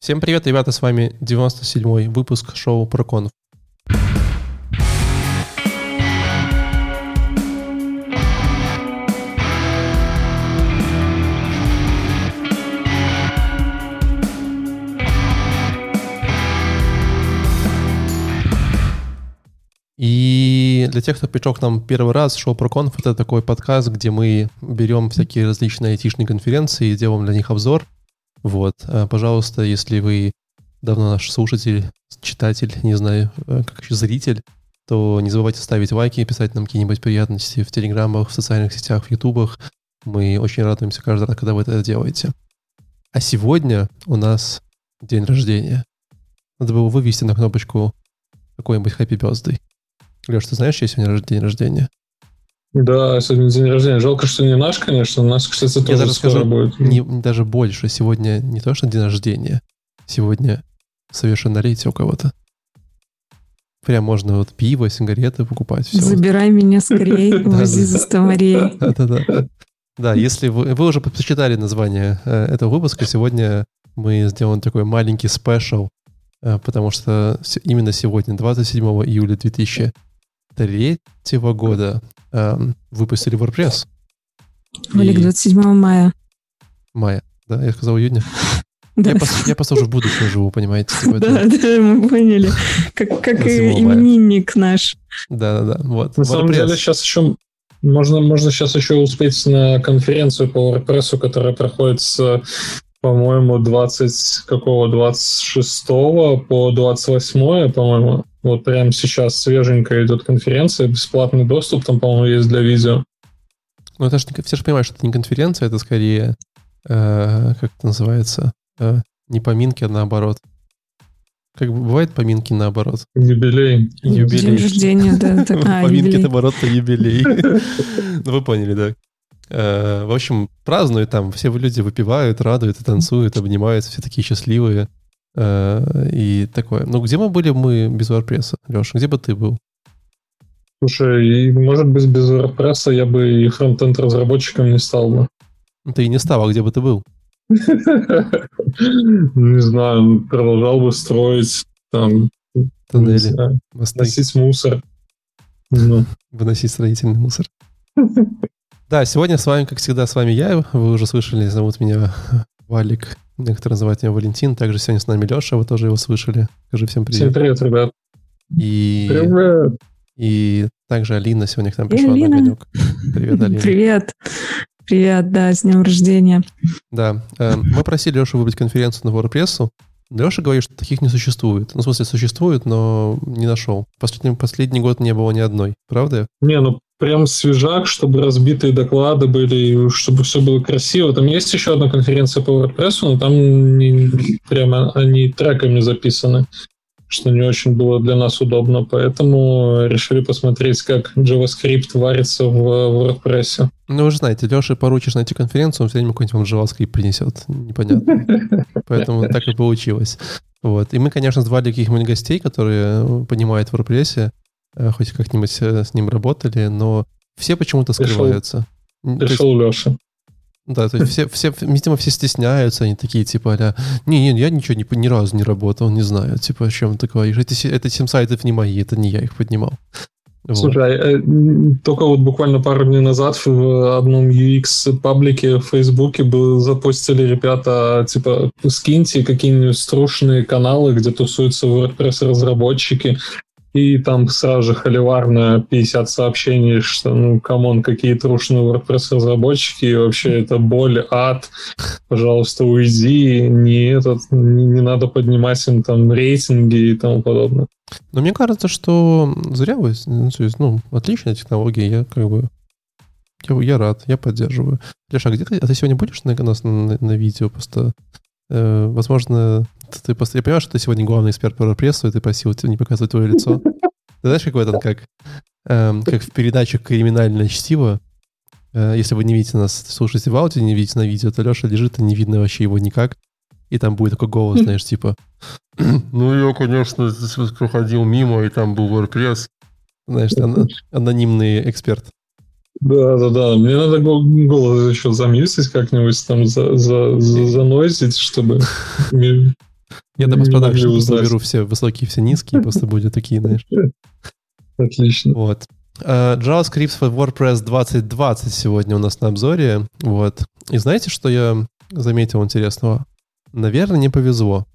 Всем привет, ребята, с вами 97-й выпуск шоу ProConf. И для тех, кто пришел к нам первый раз, шоу ProConf — это такой подкаст, где мы берем всякие различные айтишные конференции и делаем для них обзор. Вот, пожалуйста, если вы давно наш слушатель, читатель, не знаю, как еще зритель, то не забывайте ставить лайки, писать нам какие-нибудь приятности в телеграммах, в социальных сетях, в ютубах. Мы очень радуемся каждый раз, когда вы это делаете. А сегодня у нас день рождения. Надо было вывести на кнопочку какой-нибудь Happy Birthday. Леш, ты знаешь, чей сегодня день рождения? Да, сегодня день рождения. Жалко, что не наш, конечно. У нас, кстати, тоже даже скоро скажу, будет. Даже больше. Сегодня не то, что день рождения. Сегодня совершеннолетие у кого-то. Прям можно вот пиво, сигареты покупать. Все. Забирай меня скорее, вози за 100 морей. Да, если вы уже прочитали название этого выпуска, сегодня мы сделаем такой маленький спешл, потому что именно сегодня, 27 июля 2003 года, выпустили WordPress. Олег, 27 мая. Мая, да? Я сказал июня? Да. Я просто уже в будущем живу, понимаете? Да, мы поняли. Как и именинник наш. Да. Вот. На самом деле сейчас еще можно сейчас еще успеть на конференцию по WordPress, которая проходит с, по-моему, 26 по 28, по-моему. Вот прямо сейчас свеженькая идет конференция, бесплатный доступ там, по-моему, есть для видео. Ну, это все же понимают, что это не конференция, это скорее, как это называется, не поминки, а наоборот. Как бывает поминки наоборот? Юбилей. День рождения, да. Поминки наоборот, то юбилей. Ну, вы поняли, да. В общем, празднуют там, все люди выпивают, радуют, танцуют, обнимаются, все такие счастливые. И такое. Ну, где мы были без WordPress, Леша? Где бы ты был? Слушай, может быть, без WordPress я бы и фронтенд разработчиком не стал бы. Ты и не стал, а где бы ты был? Не знаю, продолжал бы строить там тоннели, носить мусор. Выносить строительный мусор. Да, сегодня с вами, как всегда, с вами я. Вы уже слышали, зовут меня Валик. Некоторые называют меня Валентин. Также сегодня с нами Леша, вы тоже его слышали. Скажи всем привет. Всем привет, ребят. Привет. И также Алина сегодня к нам пришла на огонек. Привет, Алина. Привет, да, с днем рождения. Да, мы просили Лешу выбрать конференцию на WordPress. Леша говорит, что таких не существует. Ну, в смысле, существует, но не нашел. Последний год не было ни одной. Правда? Не, ну прям свежак, чтобы разбитые доклады были, чтобы все было красиво. Там есть еще одна конференция по WordPress, но там прямо они треками записаны, что не очень было для нас удобно. Поэтому решили посмотреть, как JavaScript варится в WordPress. Ну, вы же знаете, Леше поручишь найти конференцию, он все время какой-нибудь вам JavaScript принесет. Непонятно. Поэтому так и получилось. Вот. И мы, конечно, звали каких-нибудь гостей, которые понимают в WordPress, хоть как-нибудь с ним работали, но все почему-то скрываются. Пришел Леша. Да, то есть все, видимо, все стесняются, они такие, типа, не, я ничего ни разу не работал, не знаю, типа, о чем ты говоришь. Эти 7 сайтов не мои, это не я их поднимал. Слушай, только вот буквально пару дней назад в одном UX-паблике в Фейсбуке запостили ребята, типа, скиньте какие-нибудь струшные каналы, где тусуются WordPress-разработчики, и там сразу же холиварно 50 сообщений, что, ну, камон, какие трушные WordPress-разработчики, и вообще это боль, ад, пожалуйста, уйди, не надо поднимать им там рейтинги и тому подобное. Но мне кажется, что зря вы, отличная технология, я рад, я поддерживаю. Леша, а ты сегодня будешь на видео просто? Возможно, я понимаю, что ты сегодня главный эксперт по WordPress, и ты просил не показывать твое лицо. Ты знаешь, как в этом, как в передаче «Криминальное чтиво», если вы не видите нас, слушаете в аудио, не видите на видео, то Леша лежит, и не видно вообще его никак. И там будет такой голос, знаешь, типа, ну, я, конечно, проходил мимо, и там был WordPress. Знаешь, анонимный эксперт. Да. Мне надо голос еще замьюсить как-нибудь, там занойзить, чтобы Я до постпродакшена уберу все высокие, все низкие, просто будет такие, знаешь. Отлично. Вот. JavaScript for WordPress 2020 сегодня у нас на обзоре. Вот. И знаете, что я заметил интересного? Наверное, не повезло.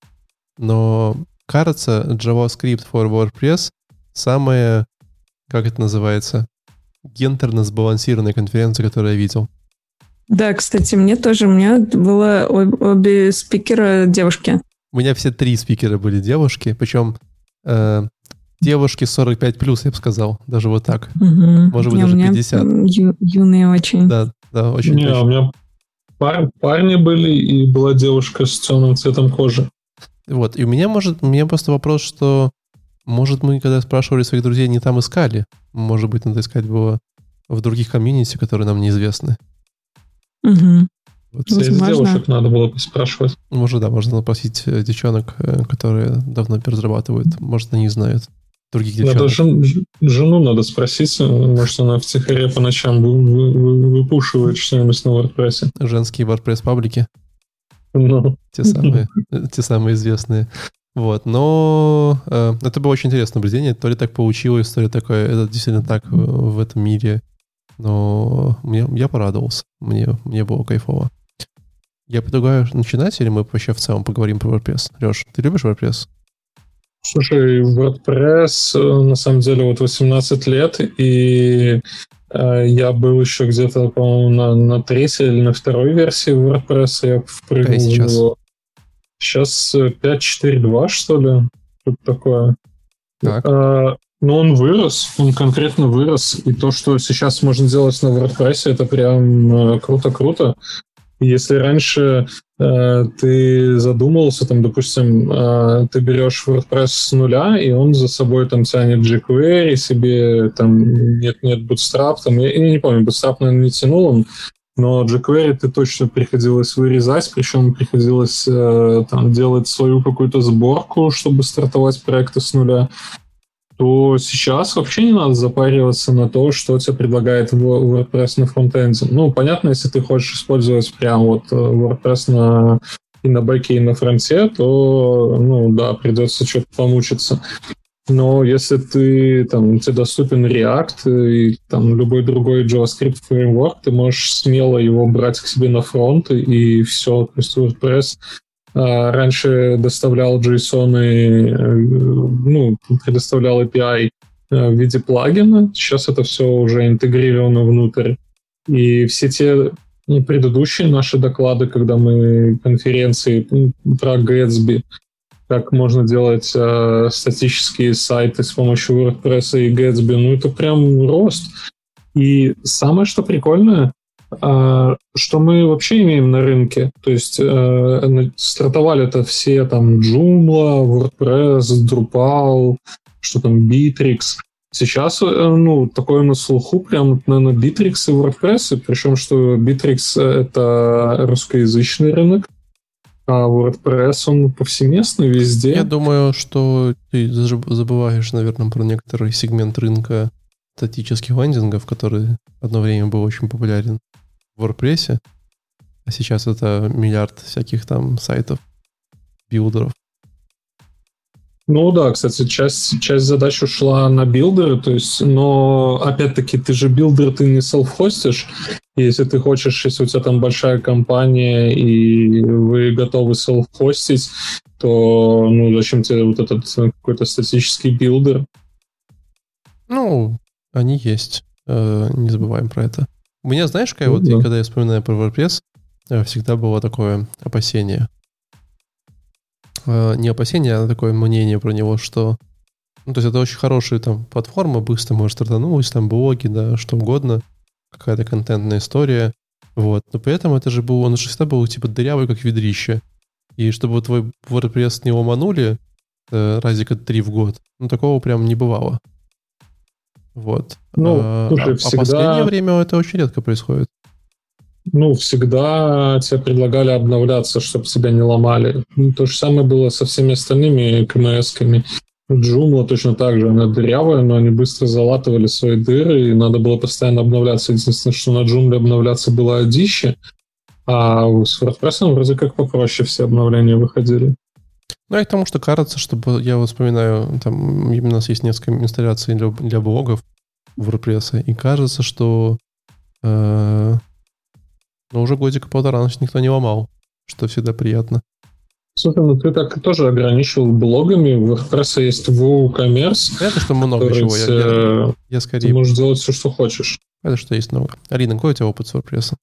Но, кажется, JavaScript for WordPress самая, как это называется, гендерно сбалансированная конференция, которую я видел. Да, кстати, мне тоже. У меня было обе спикера девушки. У меня все 3 спикера были девушки, причем девушки 45+, я бы сказал. Даже вот так. Угу. Может быть, даже 50. Юные очень. Да, очень точно. У меня парни были, и была девушка с темным цветом кожи. Вот, и у меня просто вопрос, что, может, мы, когда спрашивали своих друзей, не там искали. Может быть, надо искать было в других комьюнити, которые нам неизвестны. Угу. Вот. Из девушек надо было поспрашивать. Может, да, можно попросить девчонок, которые давно разрабатывают. Может, они знают других девчонок. Надо жену надо спросить, может, она втихаря по ночам выпушивает что-нибудь на WordPress. Женские WordPress-паблики. Те самые известные. Вот, но это было очень интересное наблюдение. То ли так получилось, то ли такое, это действительно так в этом мире. Но я порадовался. Мне было кайфово. Я предлагаю начинать, или мы вообще в целом поговорим про WordPress? Леш, ты любишь WordPress? Слушай, WordPress, на самом деле, вот 18 лет, и я был еще где-то, по-моему, на 3-й или на 2-й версии WordPress. Я впрыгнул в него. Сейчас 5.4.2, что ли? Что-то такое. Так. Но он вырос, он конкретно вырос. И то, что сейчас можно делать на WordPress, это прям круто-круто. Если раньше ты задумывался, там, допустим, ты берешь WordPress с нуля, и он за собой там тянет jQuery, себе там нет Bootstrap, там, я не помню, Bootstrap, наверное, не тянул он, но jQuery ты точно приходилось вырезать, причем приходилось там делать свою какую-то сборку, чтобы стартовать проекты с нуля, то сейчас вообще не надо запариваться на то, что тебе предлагает WordPress на фронтенде. Ну, понятно, если ты хочешь использовать прям вот WordPress и на бэке, и на фронте, то, ну, да, придется что-то помучиться. Но если тебе доступен React и там любой другой JavaScript фреймворк, ты можешь смело его брать к себе на фронт, и все. То есть WordPress раньше доставлял JSON предоставлял API в виде плагина. Сейчас это все уже интегрировано внутрь. И все те предыдущие наши доклады, когда мы конференции про Gatsby, как можно делать статические сайты с помощью WordPress и Gatsby, это прям рост. И самое, что прикольное, что мы вообще имеем на рынке. То есть стартовали это все там Joomla, WordPress, Drupal, что там Bittrex. Сейчас такое на слуху прям, наверное, Bittrex и WordPress, причем что Bittrex — это русскоязычный рынок, а WordPress, он повсеместный везде. Я думаю, что ты забываешь, наверное, про некоторый сегмент рынка статических лендингов, который одно время был очень популярен в WordPress, а сейчас это миллиард всяких там сайтов, билдеров. Ну да, кстати, часть задач ушла на билдеры, то есть, но опять-таки ты же билдер, ты не селф-хостишь. Если ты хочешь, если у тебя там большая компания и вы готовы селф-хостить, то зачем тебе вот этот какой-то статический билдер? Ну, они есть. Не забываем про это. У меня, знаешь, когда я вспоминаю про WordPress, всегда было такое опасение. Не опасение, а такое мнение про него, что... то есть это очень хорошая там платформа, быстро может стартануть, там блоги, да, что угодно, какая-то контентная история, вот. Но при этом это же был, он же всегда был типа дырявый, как ведрище. И чтобы твой WordPress не ломанули разика 3 в год, такого прям не бывало. Вот. Слушай, в последнее время это очень редко происходит. Всегда тебе предлагали обновляться, чтобы тебя не ломали. То же самое было со всеми остальными КМС-ками. Joomla точно так же. Она дырявая, но они быстро залатывали свои дыры, и надо было постоянно обновляться. Единственное, что на Joomla обновляться было одище, а с WordPress вроде как попроще все обновления выходили. Ну, и к тому, что кажется, что я вот вспоминаю, там у нас есть несколько инсталляций для блогов WordPress, и кажется, что уже годика-полтора никто не ломал, что всегда приятно. Слушай, ну ты так тоже ограничивал блогами. У WordPress есть WooCommerce. Это что много чего. Я скорее... Ты можешь делать все, что хочешь. Это что есть много. Алина, какой у тебя опыт с WordPress?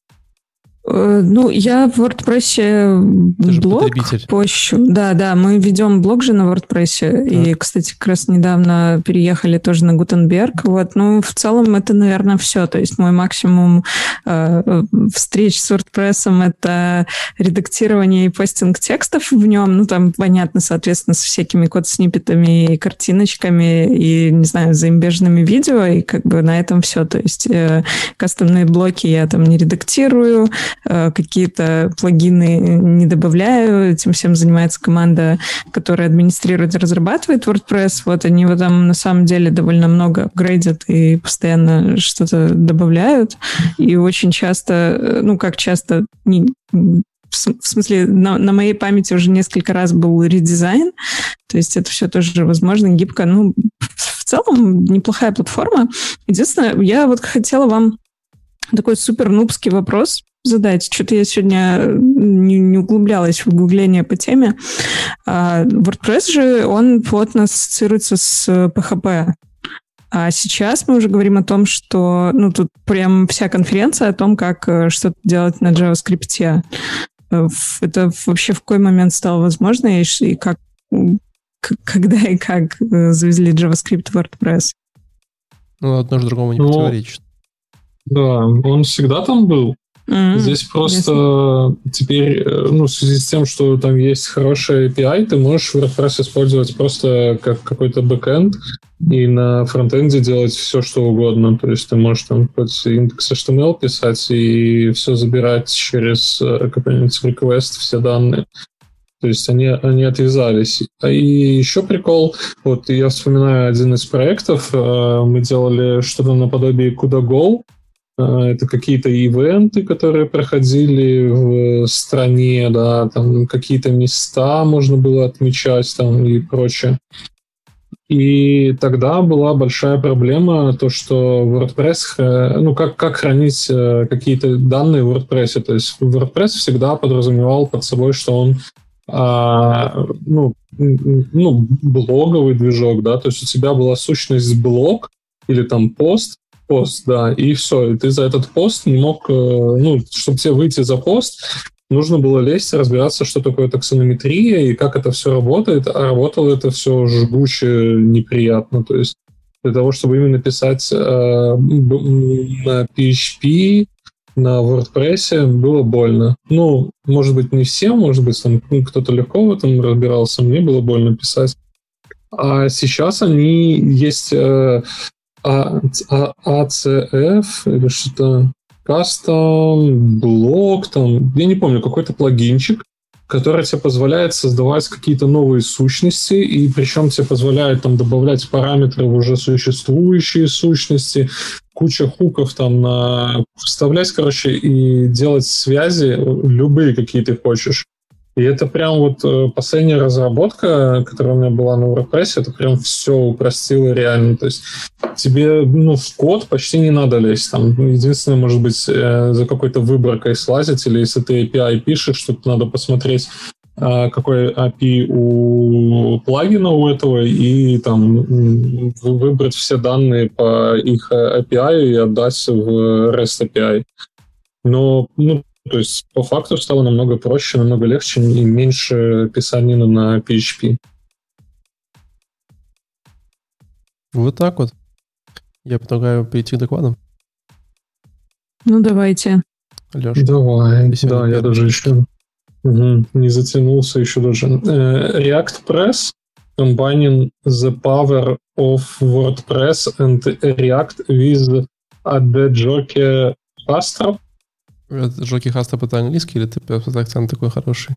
Ну, я в WordPress блог пощу. Да, мы ведем блог же на WordPress. И, кстати, как раз недавно переехали тоже на Гутенберг. Вот, ну, в целом это, наверное, все. То есть мой максимум встреч с WordPress — это редактирование и постинг текстов в нем. Ну, там, понятно, соответственно, с всякими код-сниппетами и картиночками, и, не знаю, заимбежными видео, и как бы на этом все. То есть кастомные блоки я там не редактирую, какие-то плагины не добавляю. Этим всем занимается команда, которая администрирует и разрабатывает WordPress. Вот они его там на самом деле довольно много апгрейдят и постоянно что-то добавляют. И очень часто, ну как часто, в смысле, на моей памяти уже несколько раз был редизайн. То есть это все тоже возможно, гибко. Ну, в целом неплохая платформа. Единственное, я вот хотела вам такой супер-нубский вопрос задать. Что-то я сегодня не углублялась в углубление по теме. WordPress же, он плотно ассоциируется с PHP. А сейчас мы уже говорим о том, что... Ну, тут прям вся конференция о том, как что-то делать на JavaScript. Это вообще в какой момент стало возможно? И как, когда и как завезли JavaScript в WordPress? Ну, одно же другому не противоречит. Да, он всегда там был. Здесь просто теперь, ну, в связи с тем, что там есть хороший API, ты можешь WordPress использовать просто как какой-то бэкэнд и на фронтенде делать все, что угодно. То есть ты можешь там хоть индекс HTML писать и все забирать через какой-нибудь request, все данные. То есть они отвязались. И еще прикол, вот я вспоминаю один из проектов, мы делали что-то наподобие Kuda.Go. Это какие-то ивенты, которые проходили в стране, да, там какие-то места можно было отмечать там и прочее. И тогда была большая проблема, то, что WordPress, ну, как хранить какие-то данные в WordPress. То есть WordPress всегда подразумевал под собой, что он блоговый движок, да, то есть у тебя была сущность блог или там пост, да, и все. И ты за этот пост не мог... чтобы тебе выйти за пост, нужно было лезть, разбираться, что такое таксонометрия и как это все работает. А работало это все жгуче неприятно. То есть для того, чтобы именно писать на PHP, на WordPress, было больно. Ну, может быть, не всем, может быть, там кто-то легко в этом разбирался. Мне было больно писать. А сейчас они есть... ACF или что-то, кастом, блок, там, я не помню, какой-то плагинчик, который тебе позволяет создавать какие-то новые сущности, и причем тебе позволяет там добавлять параметры в уже существующие сущности, куча хуков там вставлять, короче, и делать связи любые, какие ты хочешь. И это прям вот последняя разработка, которая у меня была на WordPress, это прям все упростило реально. То есть тебе в код почти не надо лезть. Там единственное, может быть, за какой-то выборкой слазить, или если ты API пишешь, что-то надо посмотреть, какой API у плагина у этого, и там выбрать все данные по их API и отдать в REST API. Но, то есть по факту стало намного проще, намного легче и меньше писанина на PHP. Вот так вот. Я предлагаю перейти к докладам. Ну, давайте. Леша. Давай. Да, я даже еще не затянулся еще даже. React Press combining the power of WordPress and React with Adejoke Hastra. Жоки Хастап — это английский, или ты просто акцент такой хороший?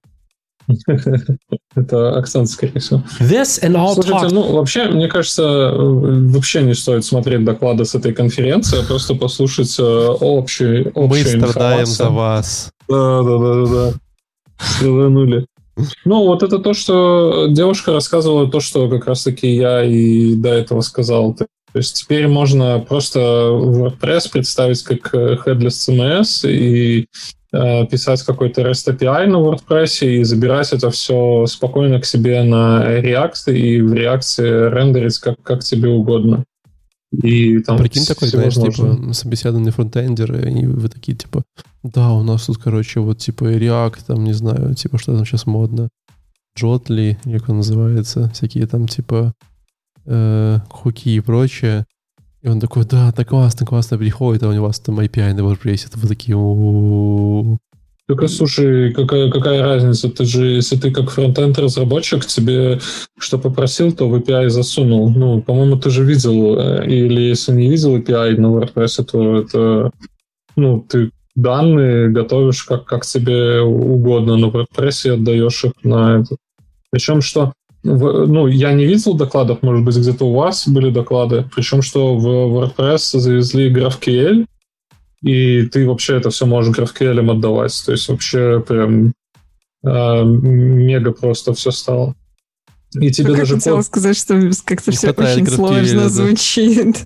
Это акцент, скорее всего. Слушайте, вообще, мне кажется, вообще не стоит смотреть доклады с этой конференции, а просто послушать общую информацию. Мы страдаем за вас. Да. Страданули. Ну, вот это то, что девушка рассказывала, то, что как раз-таки я и до этого сказал. То есть теперь можно просто WordPress представить как headless CMS и писать какой-то REST API на WordPress и забирать это все спокойно к себе на React и в React рендерить как тебе угодно. И там прикинь, такой, знаешь, типа, собеседованный фронтендеры, и вы такие, типа, да, у нас тут, короче, вот, типа, React, там, не знаю, типа, что там сейчас модно, Jotly, как он называется, всякие там, типа, хуки и прочее. И он такой, да, так классно приходит, а у вас там API на WordPress, это вы такие, Только, слушай, какая разница? Ты же, если ты как фронтенд-разработчик, тебе что попросил, то в API засунул. Ну, по-моему, ты же видел, или если не видел API на WordPress, то это, ну, ты данные готовишь как тебе угодно на WordPress и отдаешь их на это. Причем, что, ну, я не видел докладов, может быть, где-то у вас были доклады, причем, что в WordPress завезли GraphQL, и ты вообще это все можешь GraphQL отдавать. То есть вообще прям мега просто все стало. И тебе я даже хотела сказать, что как-то все очень сложно звучит.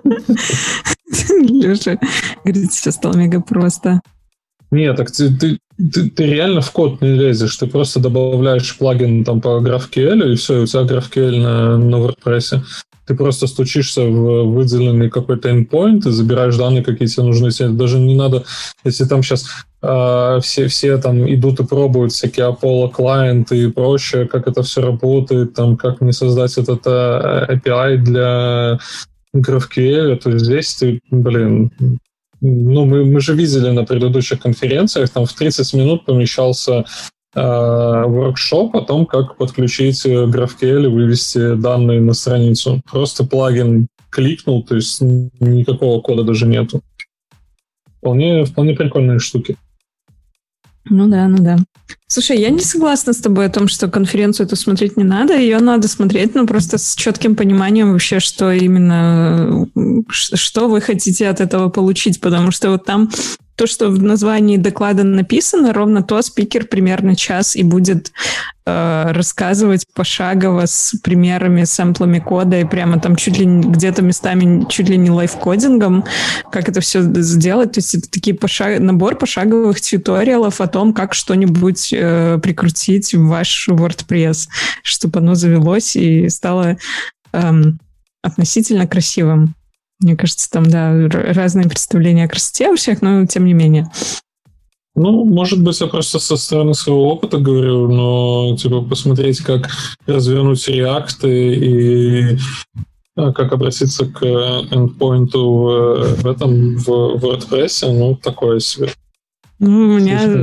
Леша говорит, все стало мега просто. Нет, так ты реально в код не лезешь. Ты просто добавляешь плагин там по GraphQL, и все, и у тебя GraphQL на WordPress. Ты просто стучишься в выделенный какой-то endpoint и забираешь данные, какие тебе нужны. Даже не надо, если там сейчас все там идут и пробуют всякие Apollo клиенты и прочее, как это все работает, там, как мне создать этот API для GraphQL, то здесь ты, ну, мы же видели на предыдущих конференциях, там в 30 минут помещался воркшоп о том, как подключить GraphQL и вывести данные на страницу. Просто плагин кликнул, то есть никакого кода даже нету. Вполне прикольные штуки. Ну да. Слушай, я не согласна с тобой о том, что конференцию эту смотреть не надо. Ее надо смотреть, но просто с четким пониманием вообще, что именно, что вы хотите от этого получить. Потому что вот там то, что в названии доклада написано, ровно то спикер примерно час и будет рассказывать пошагово с примерами, сэмплами кода и прямо там чуть ли где-то местами чуть ли не лайфкодингом, как это все сделать. То есть это такие набор пошаговых тьюториалов о том, как что-нибудь прикрутить в ваш WordPress, чтобы оно завелось и стало относительно красивым. Мне кажется, там, да, разные представления о красоте у всех, но тем не менее. Ну, может быть, я просто со стороны своего опыта говорю, но, типа, посмотреть, как развернуть React и как обратиться к endpoint в WordPress, ну, такое себе. Ну, у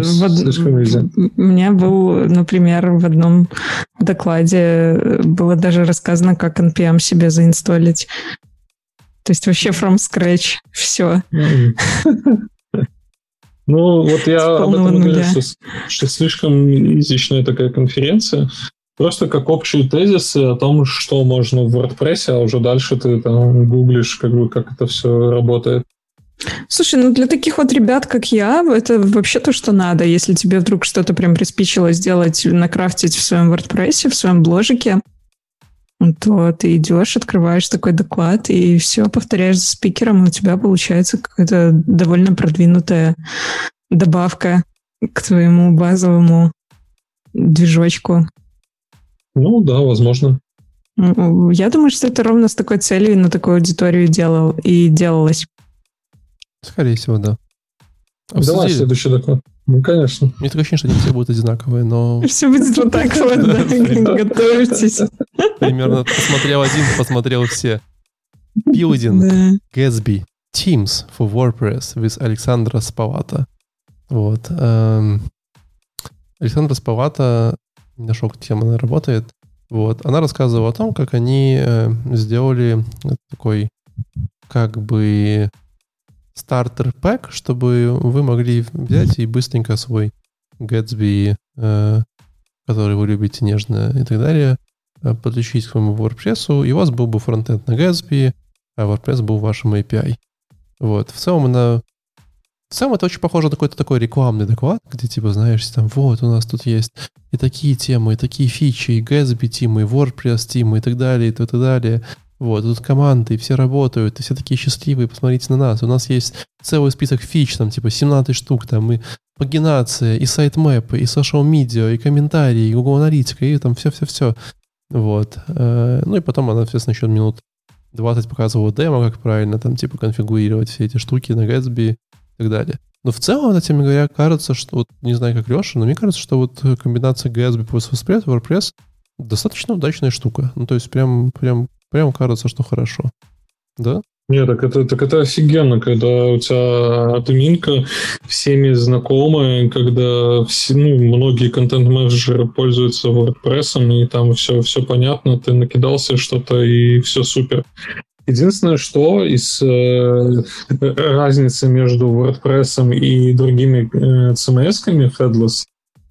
меня был, например, в одном докладе было даже рассказано, как NPM себе заинсталлить. То есть вообще from scratch все. Ну, вот я об этом говорю, что слишком изичная такая конференция. Просто как общие тезисы о том, что можно в WordPress, а уже дальше ты там гуглишь, как это все работает. Слушай, ну для таких вот ребят, как я, это вообще то, что надо. Если тебе вдруг что-то прям приспичило сделать, накрафтить в своем WordPress, в своем бложике, то ты идешь, открываешь такой доклад и все, повторяешь за спикером, и у тебя получается какая-то довольно продвинутая добавка к твоему базовому движочку. Ну да, возможно. Я думаю, что это ровно с такой целью на такую аудиторию делалось. Скорее всего, да. Давай следующий доклад. Ну, конечно. Мне такое ощущение, что они все будут одинаковые, но... Все будет вот так вот, да, готовьтесь. Примерно посмотрел все. Building Gatsby Teams for WordPress with Александра Спавата. Вот. Александра Спавата, не нашел, где тема она работает. Вот. Она рассказывала о том, как они сделали такой как бы стартер-пэк, чтобы вы могли взять и быстренько свой Gatsby, который вы любите нежно и так далее, подключить к своему WordPress, и у вас был бы фронтенд на Gatsby, а WordPress был вашим API. Вот. В целом она В целом это очень похоже на какой-то такой рекламный доклад, где, типа, знаешь, там, вот, у нас тут есть и такие темы, и такие фичи, и Gatsby темы, и WordPress темы, и так далее, и так далее. Вот, тут команды, и все работают, и все такие счастливые, посмотрите на нас. У нас есть целый список фич, там, типа, 17 штук, там, и пагинация, и сайт-мэпы, и social media, и комментарии, и Google Аналитика, и там все-все-все. Вот. Ну, и потом она, соответственно, еще минут 20 показывала демо, как правильно, там, типа, конфигурировать все эти штуки на Gatsby, и так далее. Но в целом, на тем говоря, кажется, что, вот, не знаю, как Леша, но мне кажется, что вот комбинация Gatsby плюс WordPress достаточно удачная штука. Ну, то есть прям кажется, что хорошо. Да? Нет, так это офигенно, когда у тебя админка всеми знакомая, когда многие контент-менеджеры пользуются WordPress, и там все понятно, ты накидался что-то, и все супер. Единственное, что из разницы между WordPress и другими CMS-ками headless,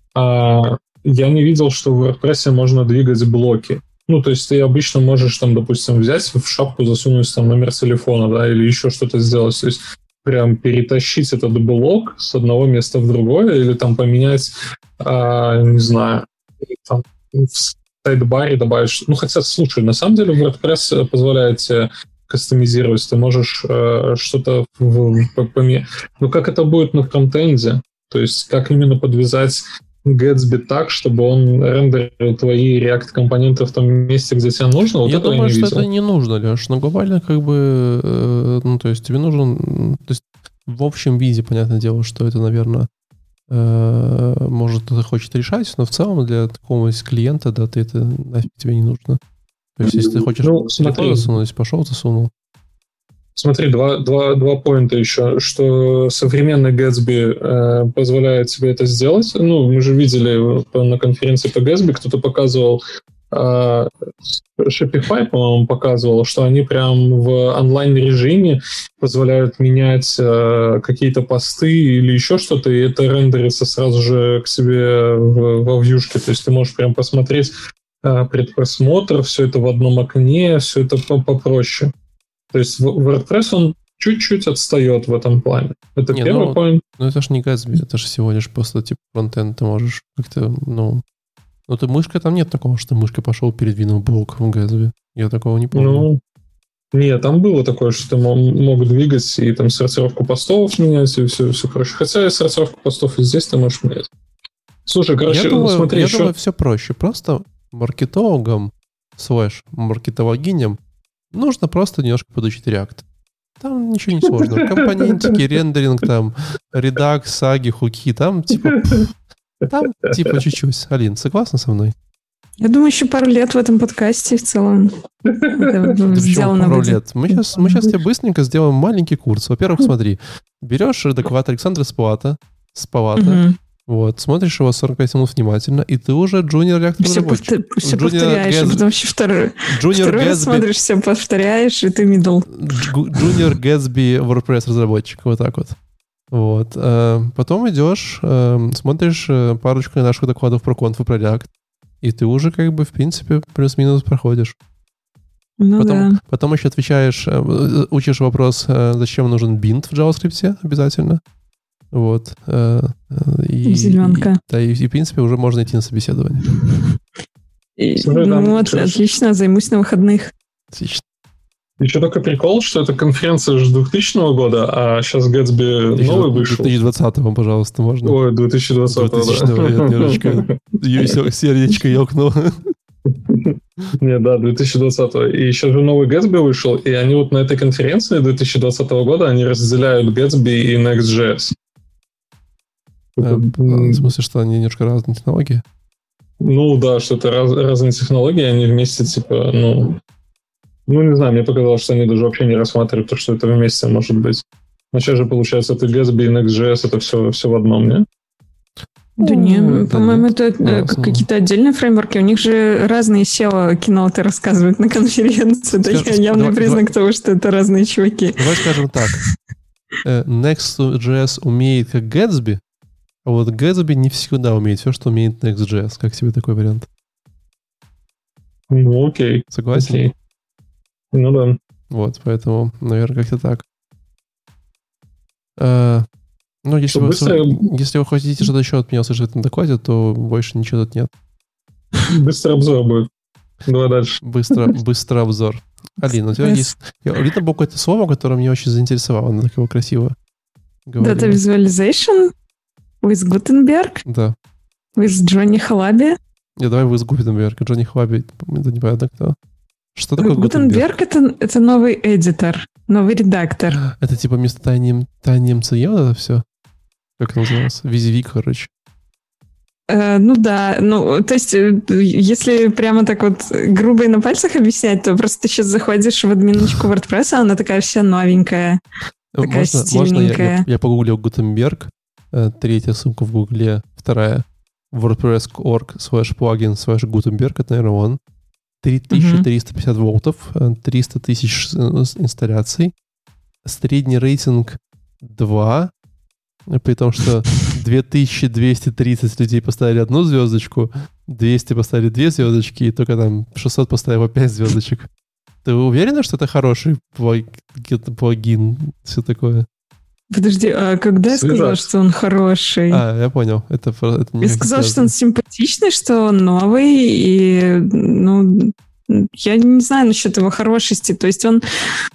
я не видел, что в WordPress можно двигать блоки. Ну, то есть ты обычно можешь, там, допустим, взять в шапку, засунуть там номер телефона, да, или еще что-то сделать. То есть прям перетащить этот блок с одного места в другое, или там поменять, не знаю, там, в сайдбаре добавить. Ну, хотя, слушай, на самом деле WordPress позволяет тебе кастомизировать. Ты можешь что-то поменять. Ну, как это будет на фронтенде? То есть как именно подвязать Gatsby так, чтобы он рендерил твои React-компоненты в том месте, где тебе нужно? Вот я думаю, что видел. это не нужно, Леш. Но глобально как бы... ну, то есть тебе нужен... То есть в общем виде, понятное дело, что это, наверное, может, кто-то хочет решать, но в целом для такого клиента, да, ты это нафиг тебе не нужно. То есть если ты хочешь телефон засунуть, пошел, засунул. Смотри, два поинта еще, что современный Gatsby позволяет тебе это сделать. Ну, мы же видели на конференции по Gatsby, кто-то показывал, Shopify, по-моему, показывал, что они прям в онлайн-режиме позволяют менять какие-то посты или еще что-то, и это рендерится сразу же к себе во вьюшке. То есть ты можешь прям посмотреть предпросмотр, все это в одном окне, все это попроще. То есть WordPress, он чуть-чуть отстает в этом плане. Это первый point. Ну, это же не Gatsby, это же всего лишь просто типа фронтенд. Ты можешь как-то, ну, ты мышкой там нет такого, что мышкой пошел, передвинул блок в Gatsby. Я такого не помню. Ну, нет, там было такое, что ты мог двигать и там сортировку постов менять, и все проще. Хотя и сортировку постов и здесь ты можешь менять. Слушай, короче, я думаю, смотри, я думаю, все проще. Просто маркетологам / маркетологиням нужно просто немножко подучить React. Там ничего не сложного. Компонентики, рендеринг, там, Redux, саги, хуки, там типа чуть-чуть. Алин, согласна со мной? Я думаю, еще пару лет в этом подкасте в целом. Пару лет? Мы сейчас тебе быстренько сделаем маленький курс. Во-первых, смотри, берешь доклад Александра Спалата, вот, смотришь его 45 минут внимательно, и ты уже джуниор React-разработчик. Все повторяешь, потом еще второй раз смотришь, все повторяешь, и ты middle. Junior Gatsby WordPress-разработчик, вот так вот. Вот. Потом идешь, смотришь парочку наших докладов про конфу, про React, и ты уже как бы, в принципе, плюс-минус проходишь. Потом еще отвечаешь, учишь вопрос, зачем нужен bind в JavaScript обязательно. Вот. Зеленка. И, в принципе, уже можно идти на собеседование. Отлично, займусь на выходных. Отлично. Еще только прикол, что это конференция же 2000 года, а сейчас Gatsby новый вышел. 2020-го, пожалуйста, можно? Ой, 2020-го, 2000-го, я немножечко сердечко ёкнуло. Не, да, 2020-го. И еще же новый Gatsby вышел, и они вот на этой конференции 2020 года, они разделяют Gatsby и Next.js. В смысле, что они немножко разные технологии? Ну да, что это разные технологии, они вместе типа, ну не знаю, мне показалось, что они даже вообще не рассматривают то, что это вместе может быть. Но сейчас же получается, это Gatsby и Next.js, это все в одном, не? Да нет, по-моему, это какие-то отдельные фреймворки. У них же разные SEO-киноты рассказывают на конференции. Это явный признак того, что это разные чуваки. Давай скажем так. Next.js умеет как Gatsby, а вот Gatsby не всегда умеет все, что умеет Next.js. Как тебе такой вариант? Ну, окей. Согласен? Окей. Ну да. Вот, поэтому, наверное, как-то так. Ну, если вы хотите что-то еще от меня услышать в этом докладе, то больше ничего тут нет. Быстрый обзор будет. Давай дальше. Быстрый обзор. Алина, у тебя есть... Видно было какое-то слово, которое меня очень заинтересовало. Оно так его красиво говорила. Data Visualization with Gutenberg? Да. With Джонни Халаби? Давай with Gutenberg. Джонни Халаби, это непонятно кто. Что такое Gutenberg? Это новый эдитор, новый редактор. Это типа вместо Tiny MCE вот это все? Как это называется? Визивик, короче. Ну да, то есть, если прямо так вот грубо и на пальцах объяснять, то просто ты сейчас заходишь в админочку WordPress, а она такая вся новенькая, такая стильненькая. Можно я погуглил Gutenberg, третья ссылка в Гугле, вторая wordpress.org/plugin/Gutenberg, это, наверное, он. 3350 волтов, 300 тысяч инсталляций, средний рейтинг 2, при том, что 2230 людей поставили 1 звездочку, 200 поставили 2 звездочки, и только там 600 поставило 5 звездочек. Ты уверена, что это хороший плагин? Все такое? Подожди, а когда я сказала, что он хороший? Я понял. Это я сказала, что он симпатичный, что он новый, и, я не знаю насчет его хорошести. То есть он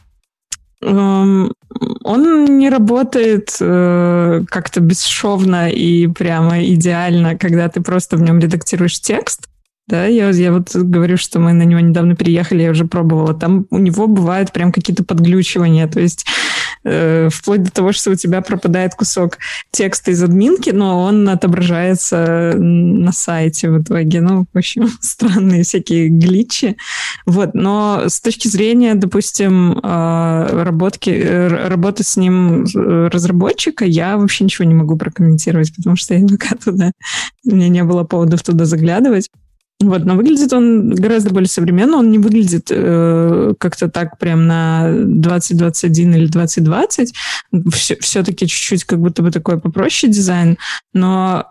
не работает как-то бесшовно и прямо идеально, когда ты просто в нем редактируешь текст. Да, я вот говорю, что мы на него недавно переехали, я уже пробовала. Там у него бывают прям какие-то подглючивания, то есть вплоть до того, что у тебя пропадает кусок текста из админки, но он отображается на сайте в итоге. В общем, странные всякие глитчи. Вот. Но с точки зрения, допустим, работы с ним разработчика, я вообще ничего не могу прокомментировать, потому что я пока туда... У меня не было поводов туда заглядывать. Вот, но выглядит он гораздо более современно, он не выглядит как-то так прям на 2021 или 2020, все-таки чуть-чуть как будто бы такой попроще дизайн, но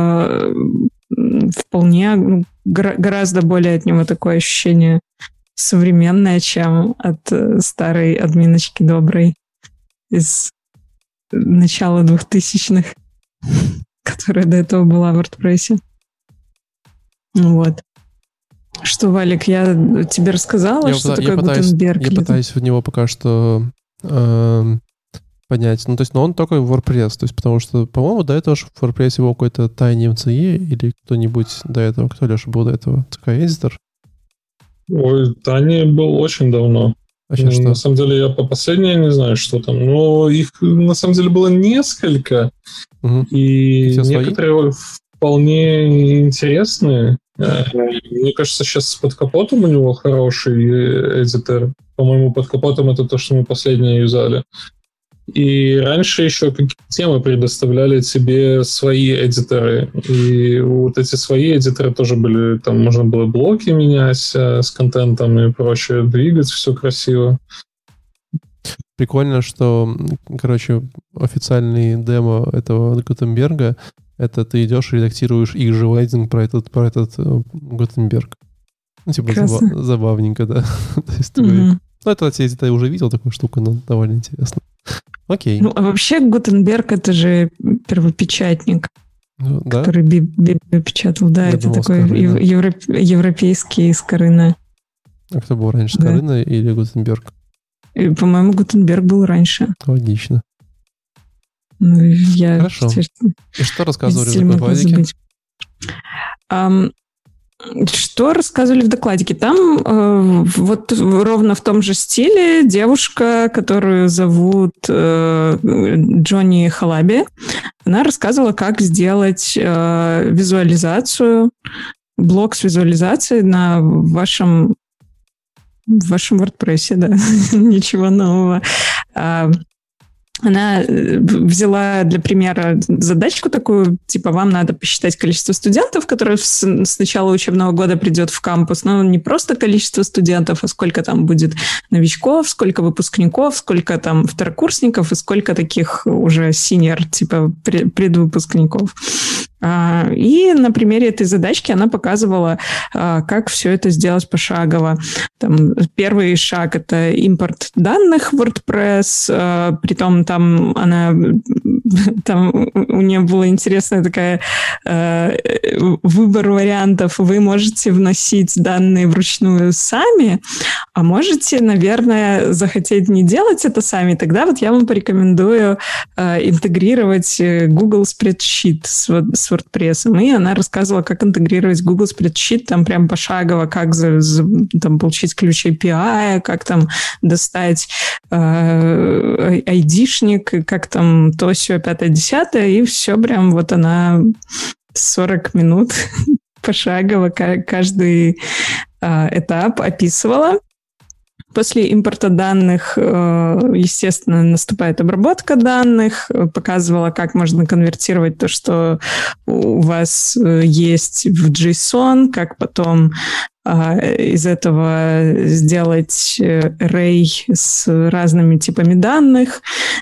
вполне гораздо более от него такое ощущение современное, чем от старой админочки доброй из начала 2000-х, которая до этого была в WordPress. Вот. Что, Валик, я тебе рассказала, что такое Gutenberg? Я пытаюсь в него пока что понять. То есть, он только WordPress. То есть, потому что, по-моему, до этого же в WordPress его какой-то Tiny MCE или кто-нибудь до этого. Кто, Леша, был до этого? Такой эдитор? Ой, Tiny был очень давно. А сейчас что? На самом деле, я по последней не знаю, что там. Но их, на самом деле, было несколько. И некоторые вполне интересные. Мне кажется, сейчас под капотом у него хороший эдитор. По-моему, под капотом это то, что мы последнее юзали. И раньше еще какие-то темы предоставляли тебе свои эдиторы. И вот эти свои эдиторы тоже были, там можно было блоки менять с контентом и прочее, двигать, все красиво. Прикольно, что, официальный демо этого Гутенберга — это ты идешь и редактируешь их же лендинг про этот Гутенберг. Забавненько, да. То есть, это ты уже видел такую штуку, но довольно интересно. Окей. А вообще Гутенберг — это же первопечатник, который Библию печатал. Да, это такой европейский Скорина. А кто был раньше, Скорина или Гутенберг? По-моему, Гутенберг был раньше. Логично. Хорошо. И что рассказывали в докладике? Что рассказывали в докладике? Там вот ровно в том же стиле девушка, которую зовут Джонни Халаби, она рассказывала, как сделать визуализацию, блок с визуализацией на вашем WordPress, да, ничего нового. Она взяла для примера задачку такую, типа, вам надо посчитать количество студентов, которые с начала учебного года придет в кампус, но не просто количество студентов, а сколько там будет новичков, сколько выпускников, сколько там второкурсников и сколько таких уже senior, типа, предвыпускников. И на примере этой задачки она показывала, как все это сделать пошагово. Там, первый шаг — это импорт данных в WordPress, притом там она там у нее была интересная такая выбор вариантов. Вы можете вносить данные вручную сами, а можете, наверное, захотеть не делать это сами. Тогда вот я вам порекомендую интегрировать Google Spreadsheet с WordPress. И она рассказывала, как интегрировать Google Spreadsheet, там прям пошагово, как там, получить ключ API, как там достать ID-шник, как там то, сё, 5-10, и все прям вот она 40 минут пошагово каждый этап описывала. После импорта данных, естественно, наступает обработка данных, показывала, как можно конвертировать то, что у вас есть в JSON, как потом из этого сделать array с разными типами данных.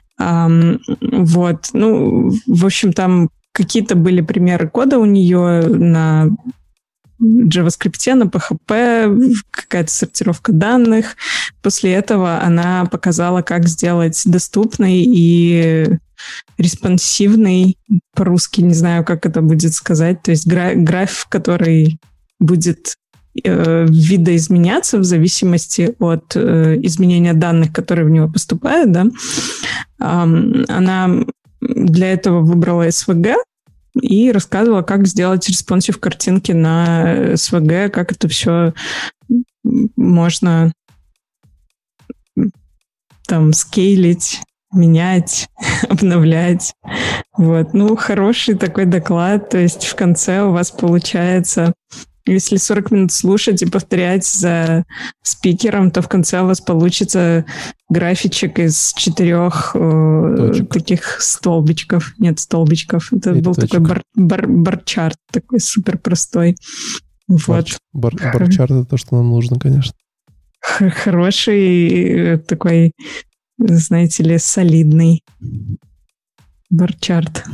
Вот. Ну, в общем, там какие-то были примеры кода у нее на JavaScript, на PHP, какая-то сортировка данных. После этого она показала, как сделать доступный и респонсивный, по-русски не знаю, как это будет сказать, то есть граф, который будет видоизменяться в зависимости от изменения данных, которые в него поступают. Да? Она для этого выбрала SVG, и рассказывала, как сделать респонсив картинки на SVG, как это все можно там скейлить, менять, обновлять. Вот. Ну, хороший такой доклад, то есть в конце у вас получается, если 40 минут слушать и повторять за спикером, то в конце у вас получится графичек из 4 таких столбичков. Нет, столбичков. Это и был точек. Такой барчарт, такой супер простой. Вот. Барчарт — это то, что нам нужно, конечно. Хороший такой, знаете ли, солидный барчарт.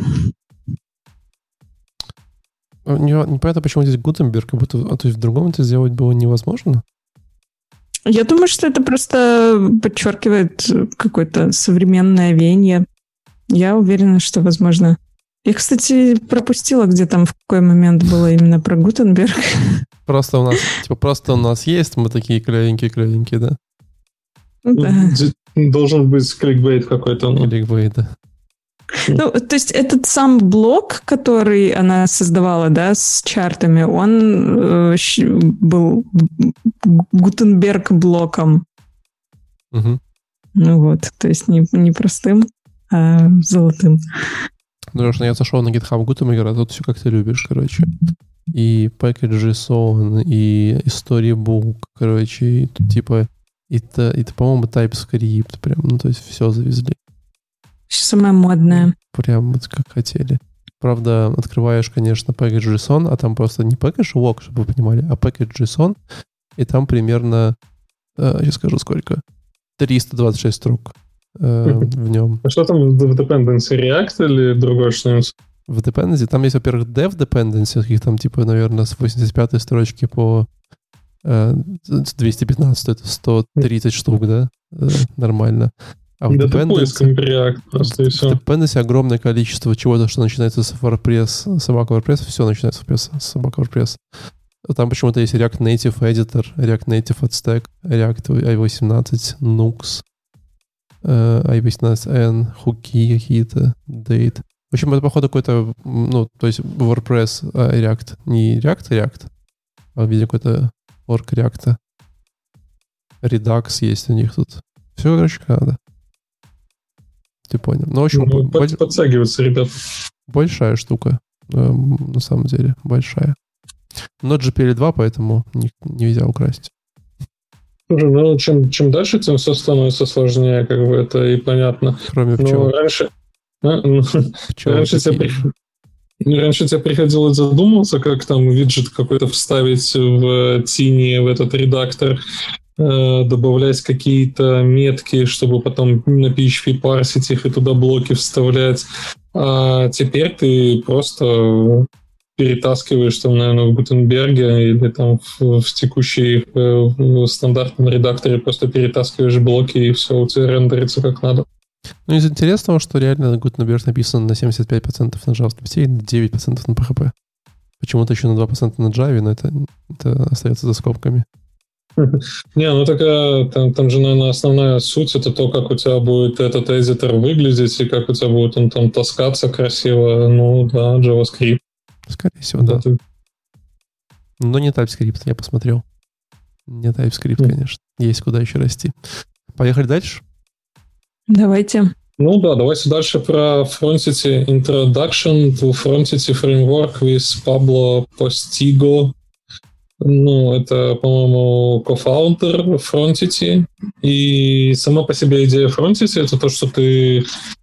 Непонятно, почему здесь Гутенберг, как будто, то есть в другом это сделать было невозможно? Я думаю, что это просто подчеркивает какое-то современное веяние. Я уверена, что возможно. Я, кстати, пропустила, где там в какой момент было именно про Гутенберг. Просто у нас есть, мы такие клевенькие, да? Да. Должен быть кликбейт какой-то. Кликбейт, да. Ну, то есть этот сам блок, который она создавала, да, с чартами, он был Гутенберг-блоком. Угу. Ну вот, то есть не простым, а золотым. Ну, потому что я зашел на GitHub Gutenberg, а тут все как ты любишь, короче. И package.json, и storybook, короче, и тут типа, это, по-моему, TypeScript прям, ну, то есть все завезли. Самое модное. Прям вот как хотели. Правда, открываешь, конечно, package.json, а там просто не package.log, чтобы вы понимали, а package.json, и там примерно, сейчас скажу сколько, 326 строк в нем. А что там в dependency? React или другое что-нибудь? В dependency там есть, во-первых, dev dependency, их там типа, наверное, с 85-й строчки по 215, это 130 штук, да? Нормально. А в dependency огромное количество чего-то, что начинается с WordPress, собака WordPress, все начинается с собака WordPress. Там почему-то есть React Native Editor, React Native Stack, React i18, Nux, i18n, хуки какие-то, Date. В общем, это, походу, какой-то, ну, то есть WordPress, React. Не React, а в виде какой-то орг React. Redux есть у них тут. Все, короче, надо. Ты понял. Ну, в общем, подтягиваются, ребят. Большая штука, на самом деле, большая. Но GPL 2, поэтому нельзя украсть. Слушай, ну, чем дальше, тем все становится сложнее, как бы это и понятно. Кроме пчел. Раньше тебе приходилось задумываться, как там виджет какой-то вставить в Tiny, в этот редактор, добавлять какие-то метки, чтобы потом на PHP парсить их и туда блоки вставлять. А теперь ты просто перетаскиваешь там, наверное, в Гутенберге или там в текущей в стандартном редакторе просто перетаскиваешь блоки, и все у тебя рендерится как надо. Ну, из интересного, что реально Gutenberg написан на 75% на JavaScript и на 9% на PHP. Почему-то еще на 2% на Java, но это остается за скобками. Не, ну такая, там же, наверное, основная суть — это то, как у тебя будет этот эдитор выглядеть и как у тебя будет он там таскаться красиво. Ну да, JavaScript. Скорее всего, да. Но не TypeScript, я посмотрел. Не TypeScript, конечно. Есть куда еще расти. Поехали дальше? Давайте. Ну да, давайте дальше про Frontity Introduction to Frontity Framework with Pablo Postigo. Ну, это, по-моему, кофаундер Frontity. И сама по себе идея Frontity — это то, что ты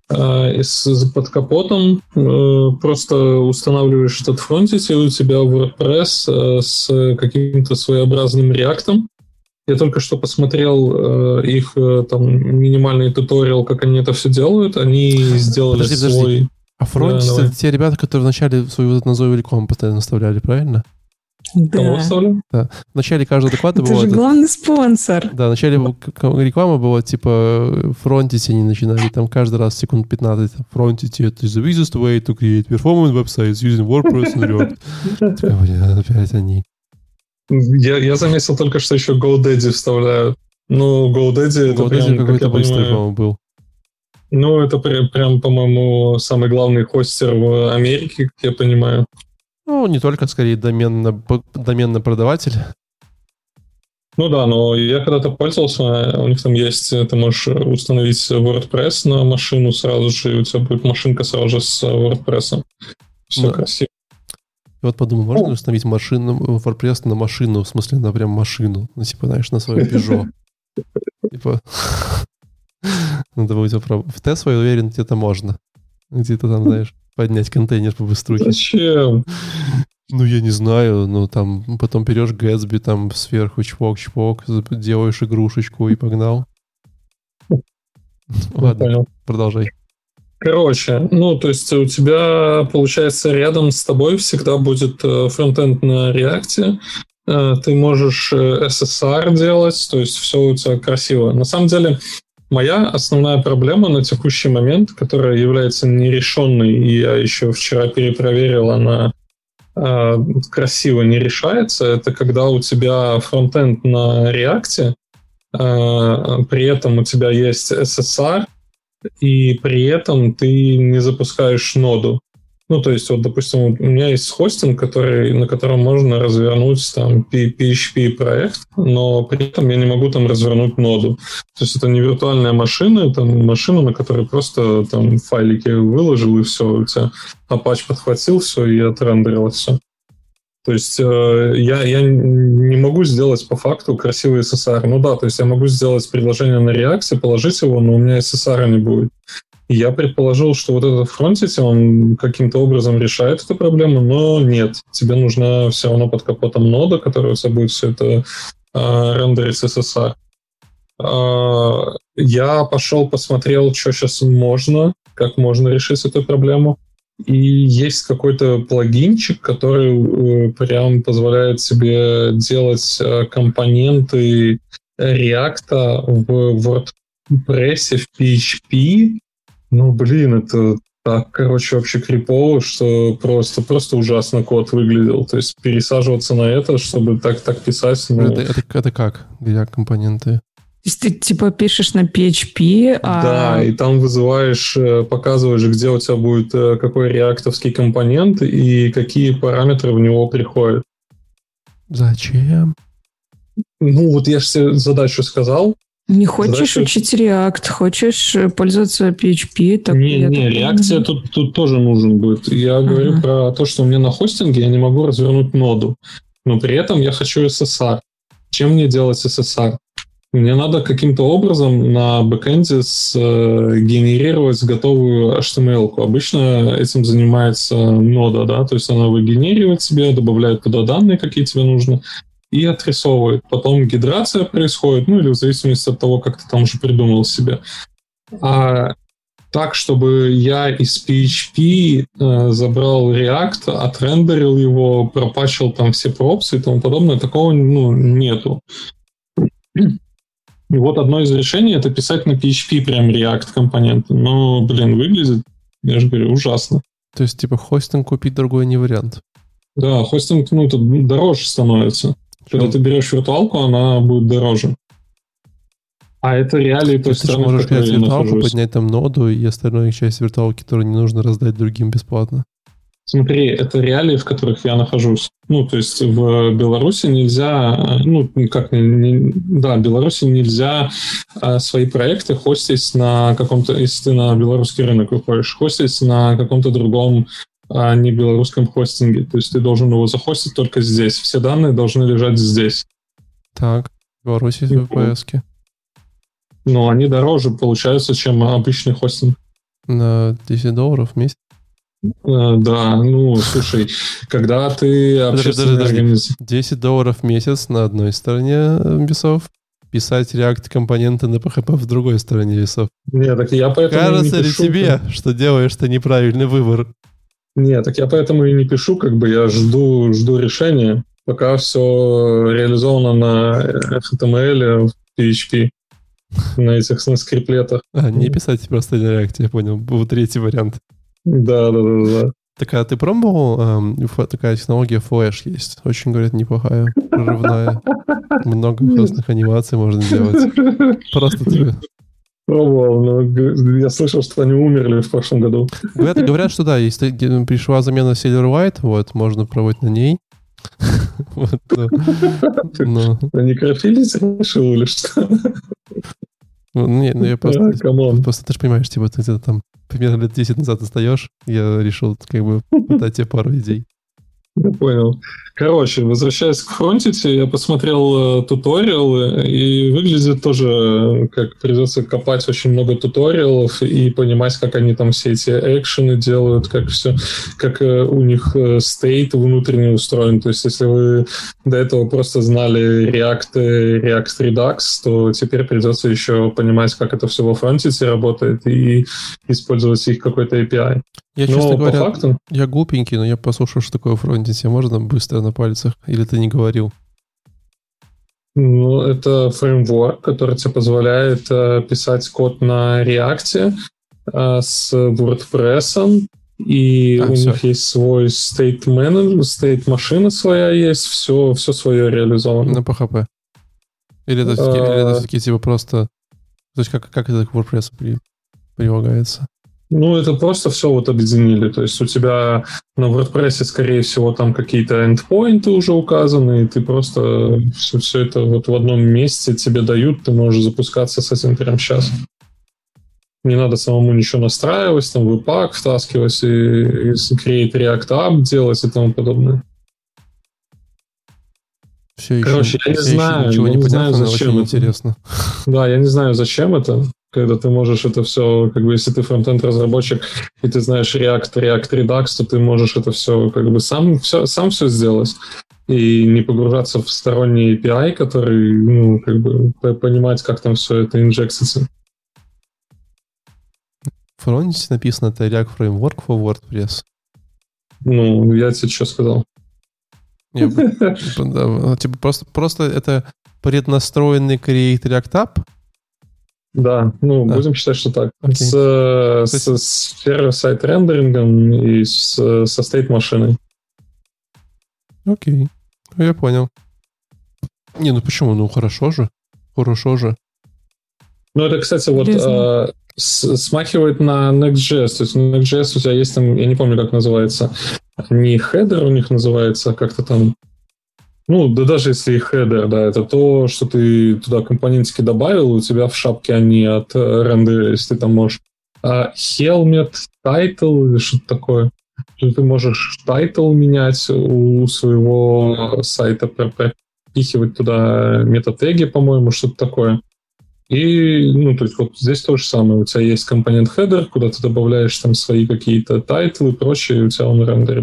под капотом просто устанавливаешь этот Frontity, и у тебя WordPress с каким-то своеобразным реактом. Я только что посмотрел их там минимальный туториал, как они это все делают. Они сделали свой... А Frontity — это те ребята, которые вначале свою вот назойливую рекламу постоянно вставляли, правильно? Да. Кого вставляли? Да. В начале каждого доклада было... Это же главный спонсор. Да, в начале реклама была типа Frontity они начинали, там каждый раз секунд 15. Frontity — это the easiest way to create performance websites using WordPress and React. Опять они. Я заметил только, что еще GoDaddy вставляют. Ну, GoDaddy это прям, какой-то быстрый, по-моему, был. Ну, это прям, по-моему, самый главный хостер в Америке, как я понимаю. Ну, не только, скорее, доменный продаватель. Ну да, но я когда-то пользовался, у них там есть, ты можешь установить WordPress на машину сразу же, и у тебя будет машинка сразу же с WordPress. Все красиво. Я вот подумал, можно установить WordPress на машину, в смысле, на прям машину, ну, типа, знаешь, на свое Peugeot. Типа, надо будет попробовать. В Tesla, я уверен, где-то можно. Где-то там, знаешь, поднять контейнер побыстрее. Зачем? Ну, я не знаю, ну, там, потом берешь Gatsby, там, сверху чпок-чпок, делаешь игрушечку и погнал. Ладно, продолжай. Короче, ну, то есть у тебя, получается, рядом с тобой всегда будет фронтенд на React, ты можешь SSR делать, то есть все у тебя красиво. На самом деле, моя основная проблема на текущий момент, которая является нерешенной, и я еще вчера перепроверил, она красиво не решается, это когда у тебя фронтенд на React, при этом у тебя есть SSR, и при этом ты не запускаешь ноду. Ну, то есть, вот, допустим, у меня есть хостинг, на котором можно развернуть там PHP-проект, но при этом я не могу там развернуть ноду. То есть это не виртуальная машина, это машина, на которой просто там файлики выложил, и все, у тебя Apache подхватил все и отрендерил все. То есть я не могу сделать по факту красивый SSR. Ну да, то есть я могу сделать предложение на React, положить его, но у меня SSR не будет. И я предположил, что вот этот Frontity, он каким-то образом решает эту проблему, но нет. Тебе нужна все равно под капотом нода, которая у тебя будет все это рендерить SSR. Я пошел, посмотрел, что сейчас можно, как можно решить эту проблему. И есть какой-то плагинчик, который прям позволяет тебе делать компоненты React в WordPress, в PHP. Ну, блин, это так, короче, вообще крипово, что просто ужасно код выглядел. То есть пересаживаться на это, чтобы так писать... Ну... Это как? Где компоненты? То есть ты типа пишешь на PHP, Да, и там вызываешь, показываешь, где у тебя будет какой реактовский компонент и какие параметры в него приходят. Зачем? Ну, вот я же тебе задачу сказал. Не хочешь учить React, хочешь пользоваться PHP? Так не, реакция тут тоже нужен будет. Я говорю про то, что у меня на хостинге я не могу развернуть ноду, но при этом я хочу SSR. Чем мне делать SSR? Мне надо каким-то образом на бэкэнде генерировать готовую HTML-ку. Обычно этим занимается нода, да, то есть она выгенерирует себе, добавляет туда данные, какие тебе нужны, и отрисовывает. Потом гидрация происходит, ну или в зависимости от того, как ты там уже придумал себе. А так, чтобы я из PHP забрал React, отрендерил его, пропатчил там все пропсы и тому подобное, такого нету. И вот одно из решений — это писать на PHP прям React-компоненты. Но, выглядит, я же говорю, ужасно. То есть, типа, хостинг купить другой не вариант? Да, хостинг, тут дороже становится. Когда ты берешь виртуалку, она будет дороже. А это реалии той страны, в которой я нахожусь. Ты можешь виртуалку, поднять там ноду и остальную часть виртуалки, которую не нужно раздать другим бесплатно. Смотри, это реалии, в которых я нахожусь. То есть в Беларуси нельзя, в Беларуси нельзя свои проекты хостить на каком-то, если ты на белорусский рынок выходишь, хостить на каком-то другом, не белорусском хостинге. То есть ты должен его захостить только здесь. Все данные должны лежать здесь. Так, в Беларуси VPS-ки. Но они дороже получаются, чем обычный хостинг. На $10 в месяц? Да, слушай, когда ты общественный организм... $10 в месяц на одной стороне весов, писать React-компоненты на PHP в другой стороне весов. Нет, так я поэтому кажется ли тебе, что делаешь ты неправильный выбор? Нет, так я поэтому и не пишу, я жду решения, пока все реализовано на HTML, в PHP, на скриплетах. Не писать просто на React, я понял. Был третий вариант. Да. Так, а ты пробовал? Такая технология Flash есть. Очень, говорят, неплохая, прорывная. Много классных анимаций можно делать. Просто тебе. Пробовал, но я слышал, что они умерли в прошлом году. Говорят, что да, если пришла замена Silverlight, можно пробовать на ней. Они крафились, решил или что? Я просто, ты же понимаешь, ты где-то там примерно лет 10 назад остаешь, я решил дать тебе пару идей. Я понял. Короче, возвращаясь к Frontity, я посмотрел туториалы, и выглядит тоже, как придется копать очень много туториалов и понимать, как они там все эти экшены делают, как у них стейт внутренний устроен. То есть, если вы до этого просто знали React и React Redux, то теперь придется еще понимать, как это все во Frontity работает и использовать их какой-то API. Я, честно говоря, я глупенький, но я послушал, что такое Frontity. Можно быстро на пальцах? Или ты не говорил? Это фреймворк, который тебе позволяет писать код на React с WordPress, и у них есть свой state manager, state машина своя есть, все свое реализовано. На PHP? Или это все-таки типа просто... То есть как это к WordPress прилагается? Это просто все объединили. То есть у тебя на WordPress, скорее всего, там какие-то эндпоинты уже указаны, и ты просто все это в одном месте тебе дают, ты можешь запускаться с этим прямо сейчас. Не надо самому ничего настраивать, там webpack втаскивать, и create React App делать и тому подобное. Короче, я не знаю, зачем это. Интересно. Да, я не знаю, зачем это. Когда ты можешь это все, если ты фронтенд-разработчик, и ты знаешь React Redux, то ты можешь это все сам все сделать и не погружаться в сторонний API, который, понимать, как там все это инжексится. В Frontity написано, это React Framework for WordPress. Я тебе что сказал? Просто это преднастроенный Create React App? Да, будем считать, что так. Okay. С сервер-сайт рендерингом и со стейт-машиной. Окей. Я понял. Почему? Хорошо же. Это, кстати, смахивает на Next.js. То есть Next.js у тебя есть там, я не помню, как называется, не хедер у них называется, как-то там. Даже если и хедер, да, это то, что ты туда компонентики добавил, у тебя в шапке они отрендерились, ты там можешь helmet, title или что-то такое. Ты можешь title менять у своего сайта, пропихивать туда метатеги, по-моему, что-то такое. И, то есть здесь то же самое. У тебя есть компонент header, куда ты добавляешь там свои какие-то тайтлы и прочее, и у тебя он рендерит.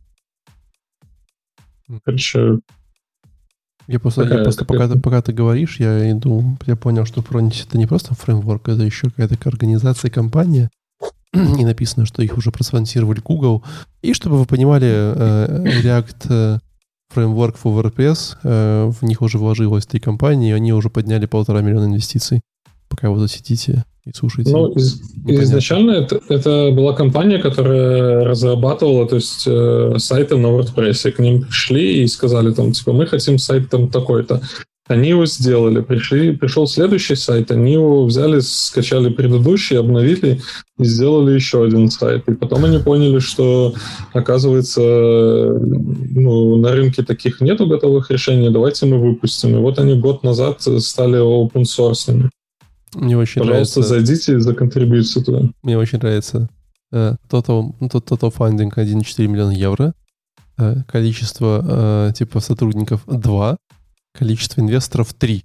Короче, Я просто пока ты говоришь, я понял, что Frontity это не просто фреймворк, это еще какая-то организация, компания. И написано, что их уже проспонсировали Google. И чтобы вы понимали, React фреймворк for WordPress, в них уже вложилось 3 компании, и они уже подняли 1,5 миллиона инвестиций. Пока вы тут сидите и слушаете. Ну, изначально это была компания, которая разрабатывала, то есть сайты на WordPress. К ним пришли и сказали, там, типа, мы хотим сайт там такой-то. Они его сделали. Пришел следующий сайт, они его взяли, скачали предыдущий, обновили и сделали еще один сайт. И потом они поняли, что, оказывается, на рынке таких нету готовых решений, давайте мы выпустим. И вот они год назад стали open-source. Мне очень Пожалуйста, нравится. зайдите и законтрибьюйте туда. Мне очень нравится. Total funding 1,4 миллиона евро. Количество сотрудников 2. Количество инвесторов 3.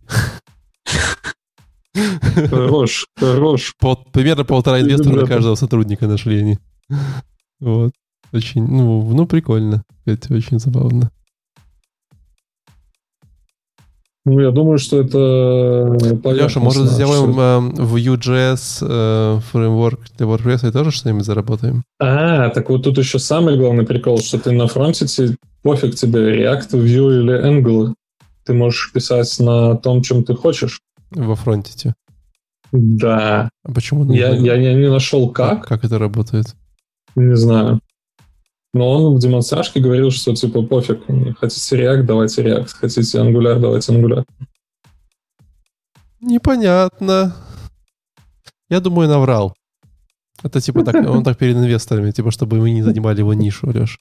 Хорош. Примерно 1,5 инвестора на каждого сотрудника нашли они. Вот. Очень, прикольно. Это очень забавно. Я думаю, что это... Леша, может, сделаем в Vue.js фреймворк для WordPress и тоже что-нибудь заработаем? Так вот тут еще самый главный прикол, что ты на фронте, пофиг тебе, React, Vue или Angular. Ты можешь писать на том, чем ты хочешь. Во фронте. Да. А почему? Я не нашел как. Как это работает? Не знаю. Но он в демонстрашке говорил, что типа пофиг. Хотите React, давайте React. Хотите Angular, давайте Angular. Непонятно. Я думаю, наврал. Это типа так, он так перед инвесторами, типа, чтобы мы не занимали его нишу, Леш.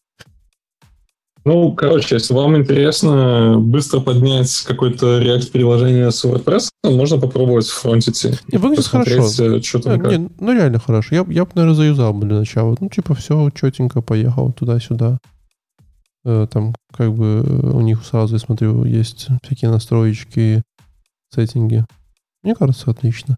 Если вам интересно быстро поднять какое-то React-приложение с WordPress, можно попробовать в фронтите. Выглядит хорошо. Что там как. Реально хорошо. Я бы, наверное, заюзал бы для начала. Все четенько, поехал туда-сюда. Там, у них сразу, я смотрю, есть всякие настроечки, сеттинги. Мне кажется, отлично.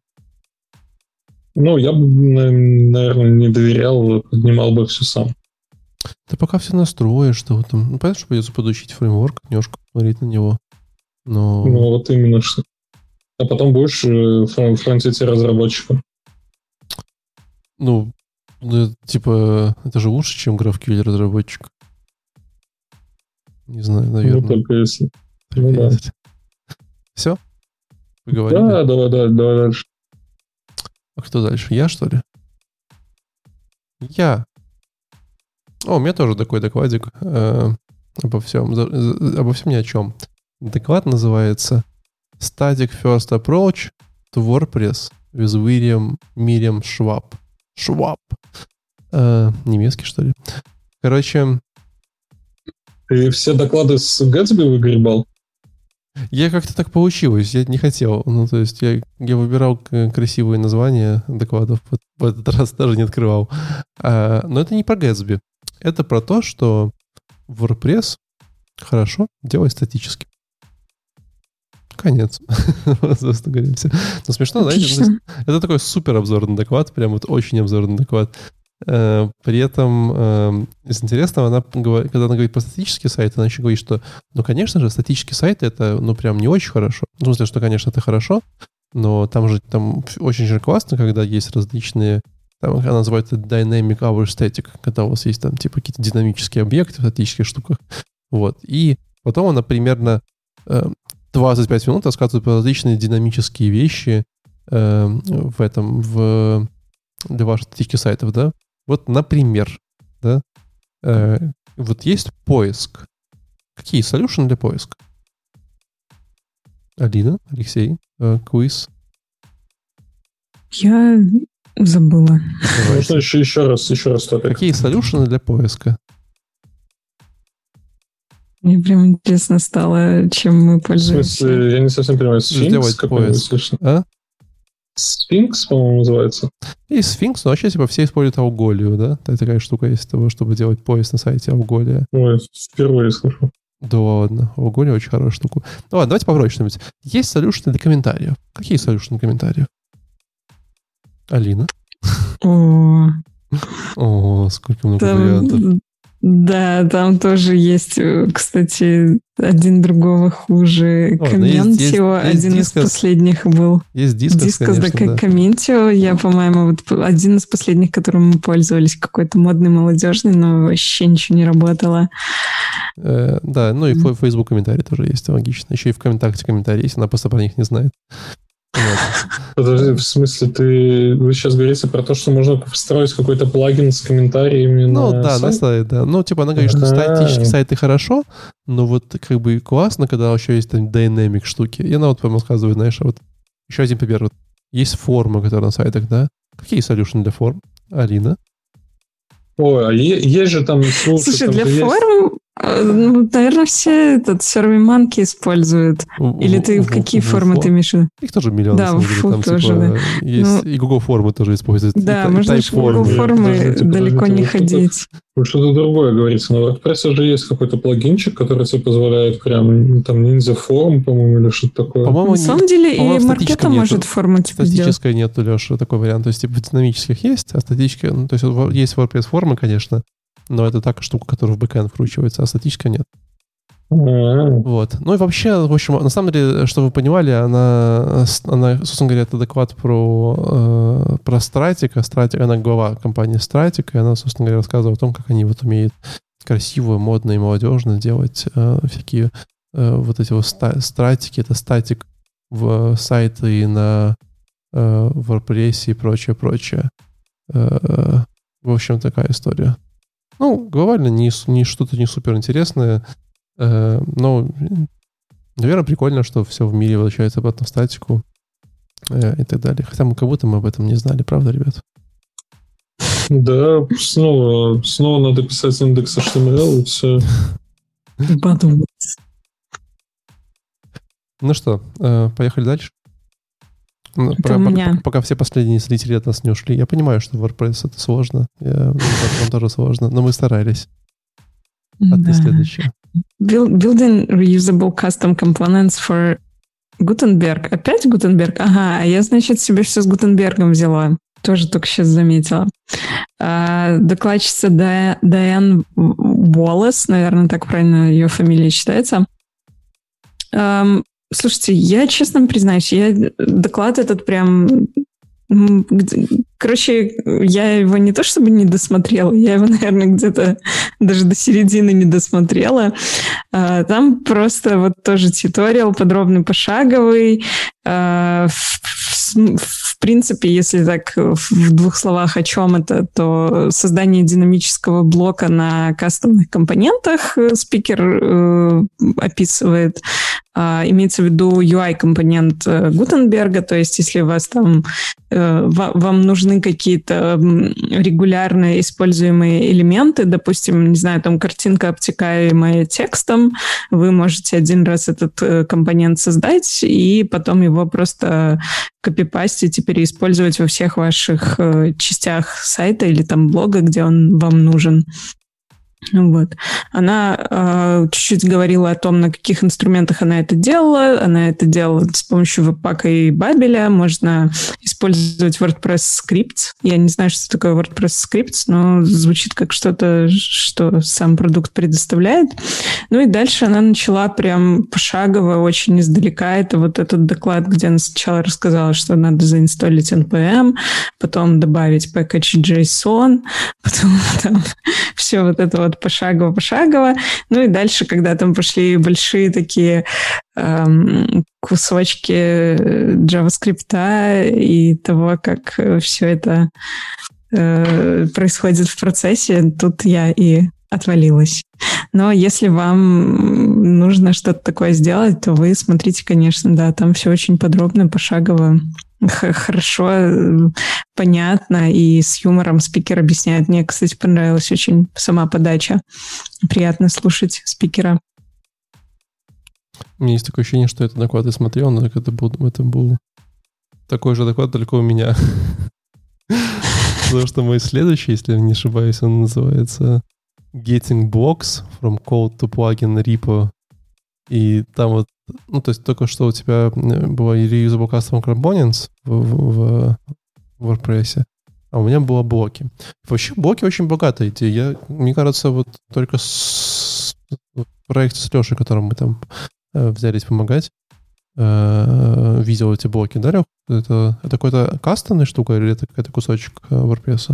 Я бы, наверное, не доверял, поднимал бы все сам. Ты пока все настроишь, что там. Понятно, что придется подучить фреймворк, немножко посмотреть на него. Но... вот именно что. А потом будешь фронтить разработчиком. Это же лучше, чем GraphQL разработчик. Не знаю, наверное. Только если. Да. Все? Поговорили? Да, давай дальше. А кто дальше? Я, что ли? Я. У меня тоже такой докладик обо всем ни о чем. Доклад называется Static First Approach to WordPress with Miriam Schwab. Немецкий, что ли? Короче... Ты все доклады с Gatsby выгребал? Я как-то так получилось, я не хотел. Я выбирал красивые названия докладов, в этот раз даже не открывал. Но это не про Gatsby. Это про то, что WordPress хорошо делает статически. Конец. Просто говорим все. Но смешно, знаете, это такой супер обзорный доклад, прям очень обзорный доклад. При этом, из интересного, когда она говорит про статический сайт, она еще говорит, что, конечно же, статический сайт это, прям не очень хорошо. В смысле, что, конечно, это хорошо, но там очень же классно, когда есть различные, она называется Dynamic Hour Static, когда у вас есть там типа какие-то динамические объекты в статических штуках. Вот. И потом она примерно 25 минут рассказывает про различные динамические вещи для ваших статических сайтов, да. Вот, например, да, вот есть поиск. Какие солюшены для поиска? Алина, Алексей, квиз. Я забыла. Можно еще раз топик. Какие солюшены для поиска? Мне прям интересно стало, чем мы пользуемся. В смысле, я не совсем понимаю, Сделать поиск. Sphinx, по-моему, называется. И Sphinx, но вообще все используют Algolia, да? Такая штука есть для того, чтобы делать поиск на сайте Algolia. Ой, впервые слышу. Да ладно, Algolia очень хорошая штука. Ну ладно, давайте попробуем что-нибудь. Есть солюшены для комментариев. Какие солюшены для комментариев? Алина? О, сколько много вариантов. Да, там тоже есть, кстати, один другого хуже. Комментио, один из последних был. Есть Дискос, конечно, да. Комментио, я, по-моему, вот один из последних, которым мы пользовались, какой-то модный, молодежный, но вообще ничего не работало. Да, ну и Facebook комментарий тоже есть, логично. Еще и в ВКонтакте комментарий есть, она просто про них не знает. Подожди, в смысле, вы сейчас говорите про то, что можно построить какой-то плагин с комментариями на сайт, да. Ну, типа, она говорит, что статические сайты хорошо, но вот как бы классно, когда еще есть там dynamic штуки. И она вот прям рассказывает, знаешь, вот еще один пример. Вот есть формы, которые на сайтах, да? Какие солюшены для форм? Алина? Ой, а есть же там... Слушай, для форм... наверное, все SurveyMonkey используют. Или ты в какие формы ты имеешь в виду? Их тоже миллион. Да, там тоже, типа, да. Есть, и Google формы тоже используют. Да, можно в Google формы далеко не ходить. Что-то другое говорится. На WordPress же есть какой-то плагинчик, который тебе позволяет прям там Ninja Form, по-моему, или что-то такое. По-моему, на самом деле и Маркета может форму типа сделать. Статической нету, Леша, такой вариант. То есть, типа, динамических есть, а статическая... Ну, то есть, есть WordPress формы, конечно, но это такая штука, которая в бэкэнд вкручивается, а статическая нет. Вот. Ну и вообще, в общем, на самом деле, чтобы вы понимали, она собственно говоря, это доклад про Стратик. Стратик, она глава компании Стратик, и она, собственно говоря, рассказывает о том, как они вот умеют красиво, модно и молодежно делать всякие вот эти вот стратики. Это статик в сайты на WordPress и прочее. В общем, такая история. Ну, глобально не что-то не супер интересное. Но, наверное, прикольно, что все в мире возвращается обратно в статику и так далее. Хотя как будто мы об этом не знали, правда, ребят? Да, снова надо писать индекс HTML и все. Ну что, поехали дальше? Пока все последние зрители от нас не ушли. Я понимаю, что WordPress это сложно. Нам тоже сложно, но мы старались. А ты следующее. Building reusable custom components for Gutenberg. Опять Gutenberg? Ага, я, значит, себе все с Гутенбергом взяла. Тоже только сейчас заметила. Докладчица Дайан Уоллес, наверное, так правильно ее фамилия читается. Слушайте, я честно признаюсь, доклад этот прям... Короче, я его не то чтобы не досмотрела, я его, наверное, где-то даже до середины не досмотрела. Там просто вот тоже туториал подробный, пошаговый. В принципе, если так в двух словах о чем это, то создание динамического блока на кастомных компонентах спикер описывает. Имеется в виду UI-компонент Гутенберга, то есть если у вас там вам нужны какие-то регулярно используемые элементы, допустим, не знаю, там картинка, обтекаемая текстом, вы можете один раз этот компонент создать и потом его просто копипастить и переиспользовать во всех ваших частях сайта или там блога, где он вам нужен. Вот. Она чуть-чуть говорила о том, на каких инструментах она это делала. Она это делала с помощью Webpack и Babel. Можно использовать WordPress Scripts. Я не знаю, что такое WordPress Scripts, но звучит как что-то, что сам продукт предоставляет. Ну и дальше она начала прям пошагово, очень издалека. Это вот этот доклад, где она сначала рассказала, что надо заинсталлить NPM, потом добавить package JSON, потом там все вот это вот пошагово. Ну и дальше, когда там пошли большие такие кусочки JavaScript и того, как все это происходит в процессе, тут я и отвалилась. Но если вам нужно что-то такое сделать, то вы смотрите, конечно, да, там все очень подробно, пошагово, хорошо, понятно, и с юмором спикер объясняет. Мне, кстати, понравилась очень сама подача. Приятно слушать спикера. У меня есть такое ощущение, что этот доклад я смотрел, но это был такой же доклад, только у меня. Потому что мой следующий, если я не ошибаюсь, он называется Getting Blocks from Code to Plugin Repo. И там вот, ну, то есть только что у тебя было Reusable Custom Components в WordPress, а у меня было блоки. Вообще блоки очень богатая идея. Мне кажется, вот только в проекте с Лешей, которым мы там взялись помогать, видел эти блоки, да, Лех? Это какой-то кастомная штука или это какой-то кусочек WordPress?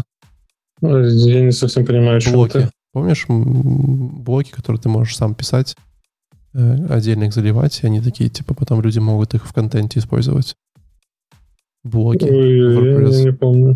Я не совсем понимаю, что блоки. это. Помнишь блоки, которые ты можешь сам писать, отдельно их заливать, и они такие, типа, потом люди могут их в контенте использовать. Блоки. Я не помню.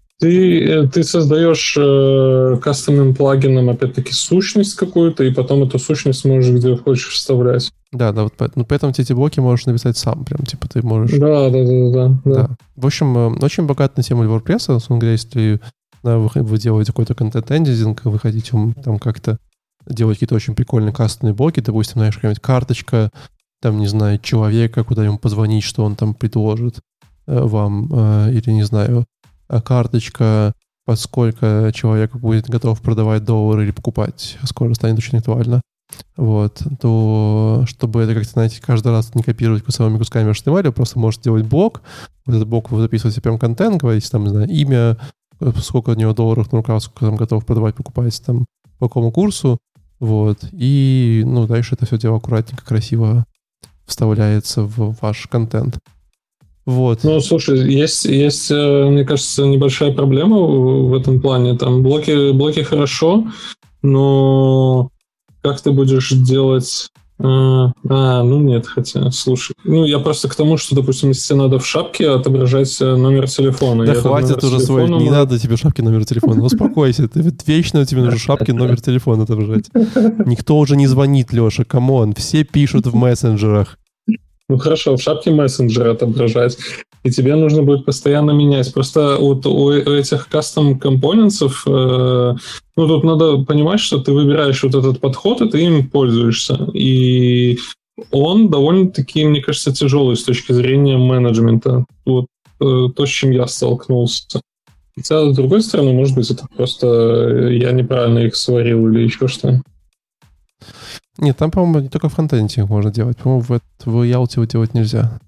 Ты создаешь кастомным плагином, опять-таки, сущность какую-то, и потом эту сущность можешь где хочешь вставлять. Да, вот поэтому ты эти блоки можешь написать сам, прям, типа, ты можешь... Да. В общем, очень богат на тему WordPress, условно говоря, если вы делаете какой-то контент-эндизинг, вы хотите там как-то делать какие-то очень прикольные кастомные блоки, допустим, знаешь, какая-нибудь карточка, там, не знаю, человека, куда ему позвонить, что он там предложит вам, или, не знаю, карточка, под сколько человек будет готов продавать доллары или покупать, скоро станет очень актуально. Вот, то чтобы это как-то, знаете, каждый раз не копировать кусовыми кусками HTML, вы просто можете делать блок, вот этот блок вы записываете прям контент, говорите там, не знаю, имя, сколько у него долларов на руках, сколько он готов продавать, покупать там, по какому курсу, вот, и, дальше это все дело аккуратненько, красиво вставляется в ваш контент. Вот. Слушай, есть, мне кажется, небольшая проблема в этом плане. Там блоки хорошо, но как ты будешь делать... нет, хотя, слушай. Я просто к тому, что, допустим, если тебе надо в шапке отображать номер телефона. Да хватит уже свой, не надо тебе шапки номер телефона. Успокойся, ты вечно тебе нужно шапки номер телефона отображать. Никто уже не звонит, Леша, камон, все пишут в мессенджерах. Хорошо, в шапке мессенджера отображать. И тебе нужно будет постоянно менять. Просто вот у этих кастом-компонентсов тут надо понимать, что ты выбираешь вот этот подход, и ты им пользуешься. И он довольно-таки, мне кажется, тяжелый с точки зрения менеджмента. Вот то, с чем я столкнулся. Хотя, с другой стороны, может быть, это просто я неправильно их сварил или еще что. Нет, там, по-моему, не только в фронтенде их можно делать. По-моему, в Ялте его делать нельзя.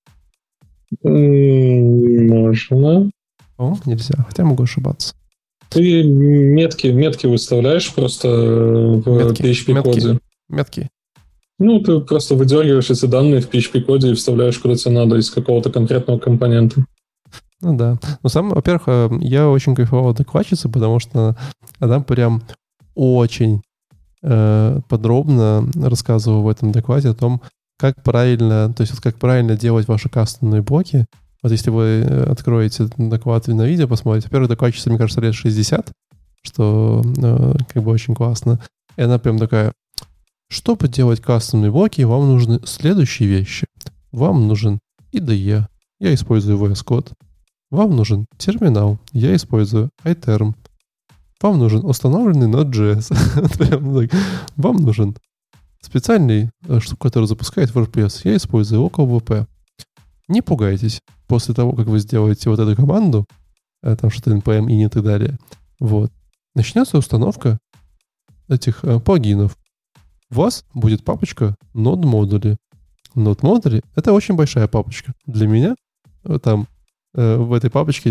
Можно. Нельзя, хотя могу ошибаться. Ты метки выставляешь просто в PHP-коде. Метки. Ты просто выдергиваешь эти данные в PHP-коде и вставляешь куда тебе надо из какого-то конкретного компонента. Да. Во-первых, я очень кайфовал от докладчицы, потому что она прям очень подробно рассказывала в этом докладе о том, как правильно делать ваши кастомные блоки. Вот если вы откроете доклад на видео, посмотрите. Во-первых, докладчица, мне кажется, лет 60, что очень классно. И она прям такая: чтобы делать кастомные блоки, вам нужны следующие вещи. Вам нужен IDE, я использую VS Code. Вам нужен терминал, я использую iTerm. Вам нужен установленный Node.js. Вам нужен специальный штука, который запускает WordPress. Я использую LocalWP. Не пугайтесь. После того, как вы сделаете вот эту команду, там что-то npm init и так далее, начнется установка этих плагинов. У вас будет папочка Node модули. Node модули — это очень большая папочка. Для меня там в этой папочке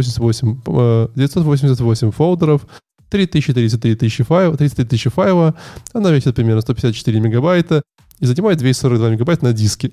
988 фолдеров, 33 тысячи файла, она весит примерно 154 мегабайта и занимает 242 мегабайта на диске.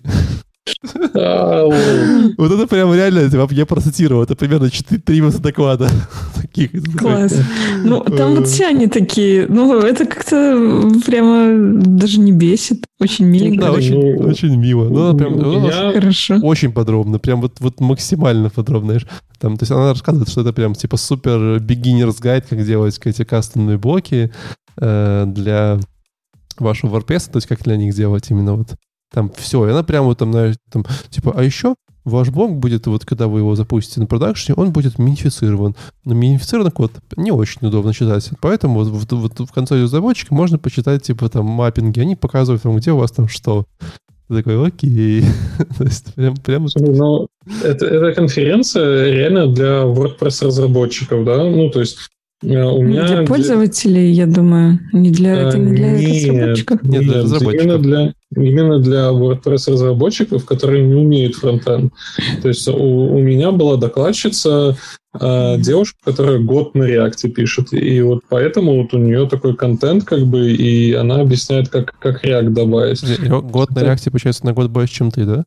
Вот это прям реально, я процитировал, это примерно 3 доклада. Класс. Там вот все они такие, это как-то прямо даже не бесит, очень миленько. Да, очень мило. Хорошо. Очень подробно, прям вот максимально подробно. То есть она рассказывает, что это прям типа супер beginner's guide, как делать эти кастомные блоки для вашего WordPress, то есть как для них делать именно там все. И она прям а еще ваш блог будет, когда вы его запустите на продакшене, он будет минифицирован. Но минифицированный код не очень удобно читать. Поэтому в конце разработчика можно почитать, маппинги. Они показывают вам, где у вас там что. Ты такой, окей. То есть прям... Это конференция реально для WordPress-разработчиков, да? То есть у меня... Для пользователей, я думаю. Это не для разработчиков? Нет, для разработчиков. Именно для WordPress-разработчиков, которые не умеют фронтенд. То есть у меня была докладчица, девушку, которая год на React пишет. И вот поэтому вот у нее такой контент, как бы, и она объясняет, как React добавить. Год на React, получается, на год больше, чем ты, да?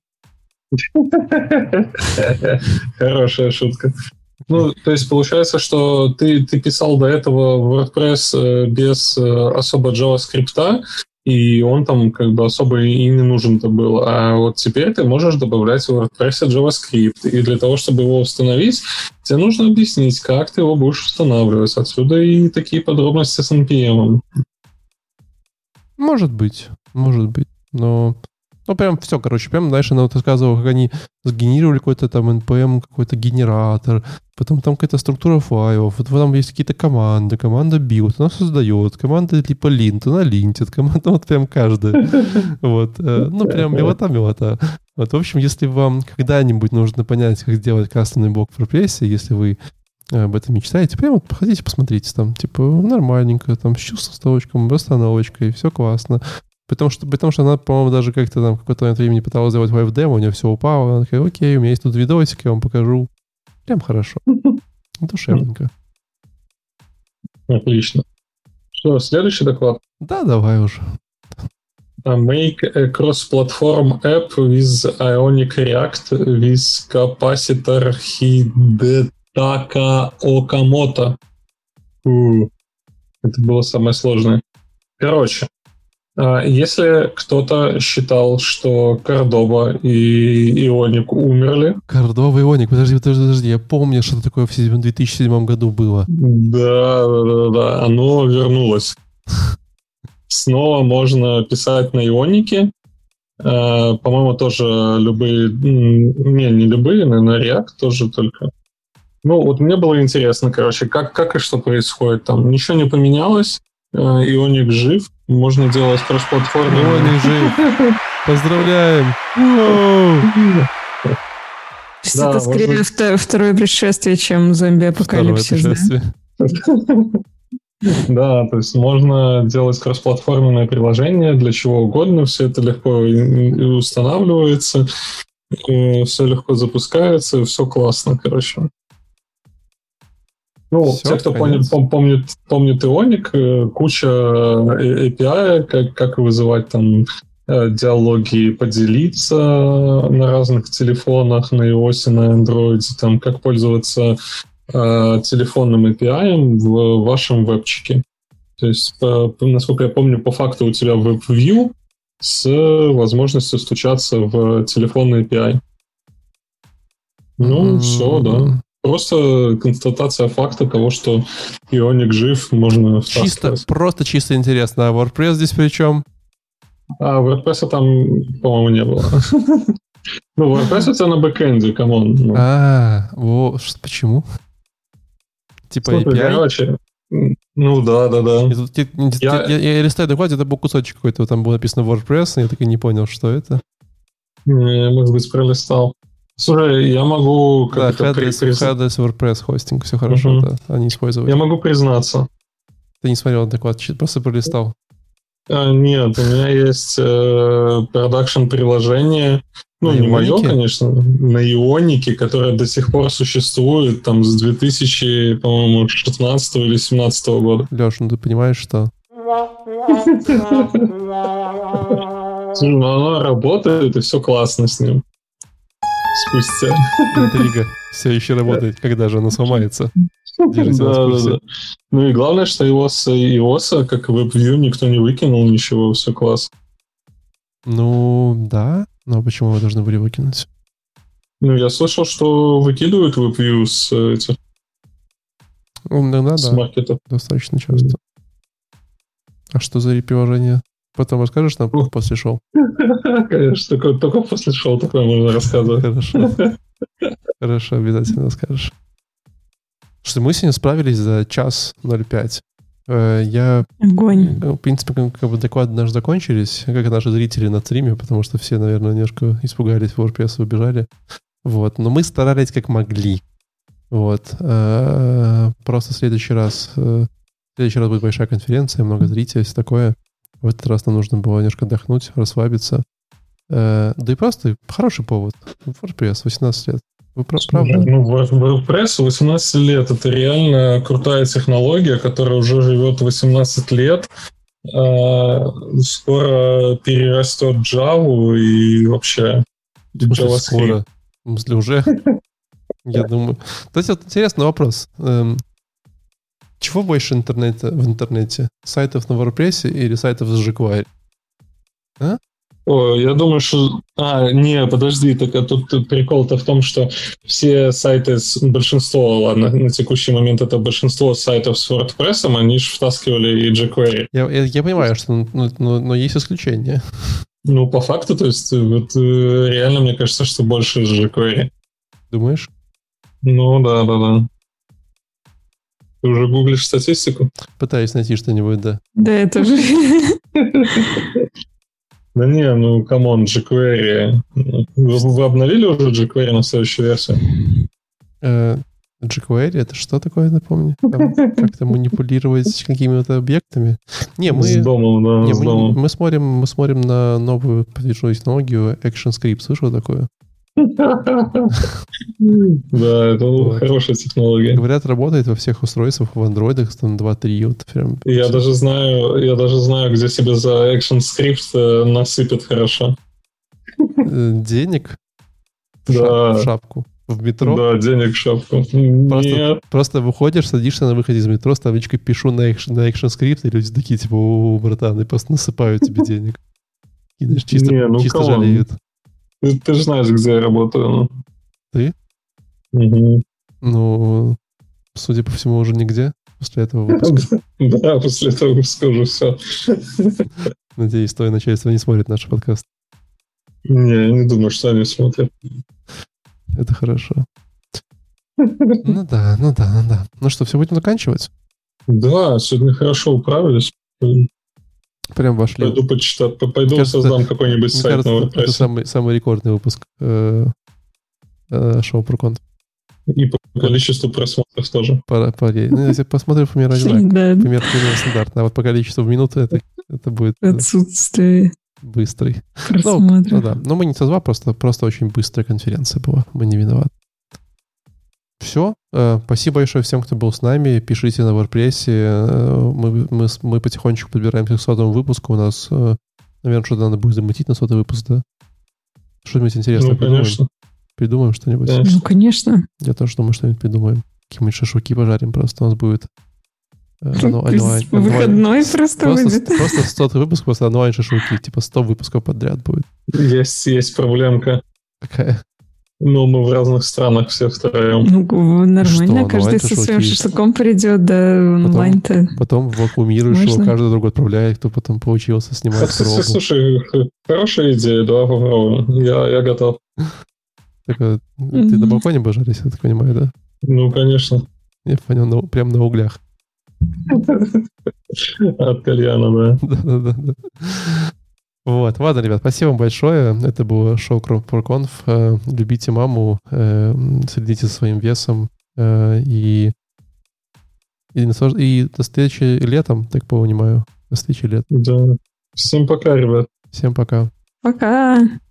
Хорошая шутка. Ну, то есть получается, что ты писал до этого WordPress без особо JavaScript, и он там как бы особо и не нужен-то был. А вот теперь ты можешь добавлять в WordPress JavaScript. И для того, чтобы его установить, тебе нужно объяснить, как ты его будешь устанавливать. Отсюда и такие подробности с NPM. Может быть. Но... Ну, прям все, короче, прям, знаешь, она вот рассказывала, как они сгенерировали какой-то там NPM, какой-то генератор, потом там какая-то структура файлов, вот там есть какие-то команды, команда build, она создает, команда типа lint, она линтит, команда вот прям каждая. Вот, ну, прям милота. Вот, в общем, если вам когда-нибудь нужно понять, как сделать кастомный блок в WordPress, если вы об этом мечтаете, прям вот походите, посмотрите, там, типа, нормальненько, там, с чувством, расстановочкой, все классно. Потому что она, по-моему, даже как-то там какое-то момент времени пыталась сделать веб-демо, у нее все упало. Она такая, окей, у меня есть тут видосик, я вам покажу. Прям хорошо. Душевненько. Отлично. Что, следующий доклад? Да, давай уже. Make a cross-platform app with Ionic React with capacitor Hidetaka Okamoto. Это было самое сложное. Короче, если кто-то считал, что Кордова и Ионик умерли... Кордова и Ионик, подожди, я помню, что такое в 2007 году было. Да, оно вернулось. Снова можно писать на Ионике. По-моему, тоже любые... Не любые, наверное, React тоже только. Ну, вот мне было интересно, короче, как и что происходит там. Ничего не поменялось. Ионик жив. Можно делать кросс-платформу. Ионик жив. Поздравляем. Да, это скорее второе пришествие, чем зомби-апокалипсис. Да, то есть можно делать кроссплатформенное приложение для чего угодно, все это легко устанавливается, все легко запускается, все классно, короче. Ну, все, те, кто помнит Ионик, куча API, как вызывать там диалоги, поделиться на разных телефонах, на iOS, на Android, там, как пользоваться телефонным API в вашем вебчике. То есть, насколько я помню, по факту у тебя WebView с возможностью стучаться в телефонный API. Ну, все, да. Просто констатация факта того, что Ионик жив, можно втаскивать. Чисто интересно. А WordPress здесь при чем? А WordPress там, по-моему, не было. Ну, WordPress это на бэкэнде, камон. Почему? Типа API? Короче, ну да. Я листаю доклад, это был кусочек какой-то, там было написано WordPress, и я так и не понял, что это. Может быть, пролистал. Слушай, я могу... Headless WordPress хостинг, все хорошо, да, они использовали. Я могу признаться. Ты не смотрел доклад, просто пролистал. Нет, у меня есть продакшн-приложение, ну, не мое, конечно, на Ионике, которое до сих пор существует, там, с 2016 или 2017 года. Леш, ну ты понимаешь, что... Слушай, ну оно работает, и все классно с ним. Спустя. Интрига все еще работает. Когда же оно сломается? Держите нас в курсе. Да. Ну и главное, что его с iOS, как WebView, никто не выкинул ничего, все класс. Ну, да. Но почему вы должны были выкинуть? Ну, я слышал, что выкидывают WebView с этих... С маркетов. Достаточно часто. А что за приложение? Потом расскажешь нам после шоу? Конечно, только после шоу такое можно рассказывать. Хорошо, обязательно расскажешь. Что мы сегодня справились за 1:05. Огонь. В принципе, как бы доклады наши закончились, как и наши зрители на стриме, потому что все, наверное, немножко испугались WordPress и убежали. Вот. Но мы старались как могли. Вот. Просто в следующий раз будет большая конференция, много зрителей, все такое. В этот раз нам нужно было немножко отдохнуть, расслабиться. Да и просто хороший повод. WordPress, 18 лет. Вы правда? Ну, WordPress 18 лет. Это реально крутая технология, которая уже живет 18 лет. Скоро перерастет Java и вообще JavaScript. Скоро. В смысле, уже? Я думаю. То есть, вот интересный вопрос. Чего больше в интернете? Сайтов на WordPress или сайтов с jQuery? А? Я думаю, что... не, подожди, так тут прикол-то в том, что все сайты, большинство, ладно, на текущий момент это большинство сайтов с WordPress, они же втаскивали и jQuery. Я понимаю, что но есть исключения. Ну, по факту, то есть, вот реально, мне кажется, что больше jQuery. Думаешь? Ну, да. Ты уже гуглишь статистику? Пытаюсь найти что-нибудь, да. Да, я тоже. Да не, ну, камон, jQuery. Вы обновили уже jQuery на следующую версию? jQuery, это что такое, напомню? Как-то манипулировать какими-то объектами? Не, мы... С домом, да, с домом. Мы смотрим на новую подвижную технологию ActionScript. Слышал такое? Да, это хорошая технология. Говорят, работает во всех устройствах, в андроидах, там 2-3. Вот прям. Я даже знаю, где себе за ActionScript насыпят хорошо. Денег? Да. В шапку? В метро? Да, денег в шапку. Просто выходишь, садишься на выходе из метро с табличкой «Пишу на ActionScript», и люди такие, типа, о, братан, и просто насыпают тебе денег. И знаешь, чисто жалеют. Ты же знаешь, где я работаю. Ты? Угу. Ну, судя по всему, уже нигде после этого выпуска. Да, после этого выпуска уже все. Надеюсь, твое начальство не смотрит наш подкаст. Не, я не думаю, что они смотрят. Это хорошо. Ну да. Ну что, все, будем заканчивать? Да, сегодня хорошо управились. Прям вошли. Пойду почитать, пойду создам какой-нибудь сайт на WordPress. Это самый рекордный выпуск шоу ProConf. И по количеству просмотров тоже. Если посмотрим пример стандартно, а вот по количеству минут это будет... Отсутствие. Быстрый. Просмотров. Ну да. Но мы не со просто очень быстрая конференция была. Мы не виноваты. Все. Спасибо большое всем, кто был с нами. Пишите на WordPress. Мы потихонечку подбираемся к 100-му выпуску. У нас, наверное, что-то надо будет замутить на 100-й выпуск, да? Что-нибудь интересное придумаем? Придумаем что-нибудь? Ну, конечно. Я тоже думаю, что-нибудь придумаем. Какие-нибудь шашлыки пожарим просто. У нас будет... Выходной просто будет. Просто 100-й выпуск, просто онлайн-шашлыки. Типа 100 выпусков подряд будет. Есть проблемка. Какая? Ну, мы в разных странах все втроем. Ну, нормально, что, каждый со своим шашлыком придет, да, онлайн-то. Потом вакуумируешь его, каждый друг отправляет, кто потом получился, снимает пробу. Слушай, хорошая идея, давай попробуем. Я готов. Так, ты на балконе божаришь, я так понимаю, да? Ну, конечно. Я понял, прям на углях. От кальяна, да. Да. Вот, ладно, ребят, спасибо вам большое. Это было шоу ProConf. Любите маму, следите за своим весом и до встречи летом, так понимаю. До встречи летом. Да. Всем пока, ребят. Всем пока. Пока.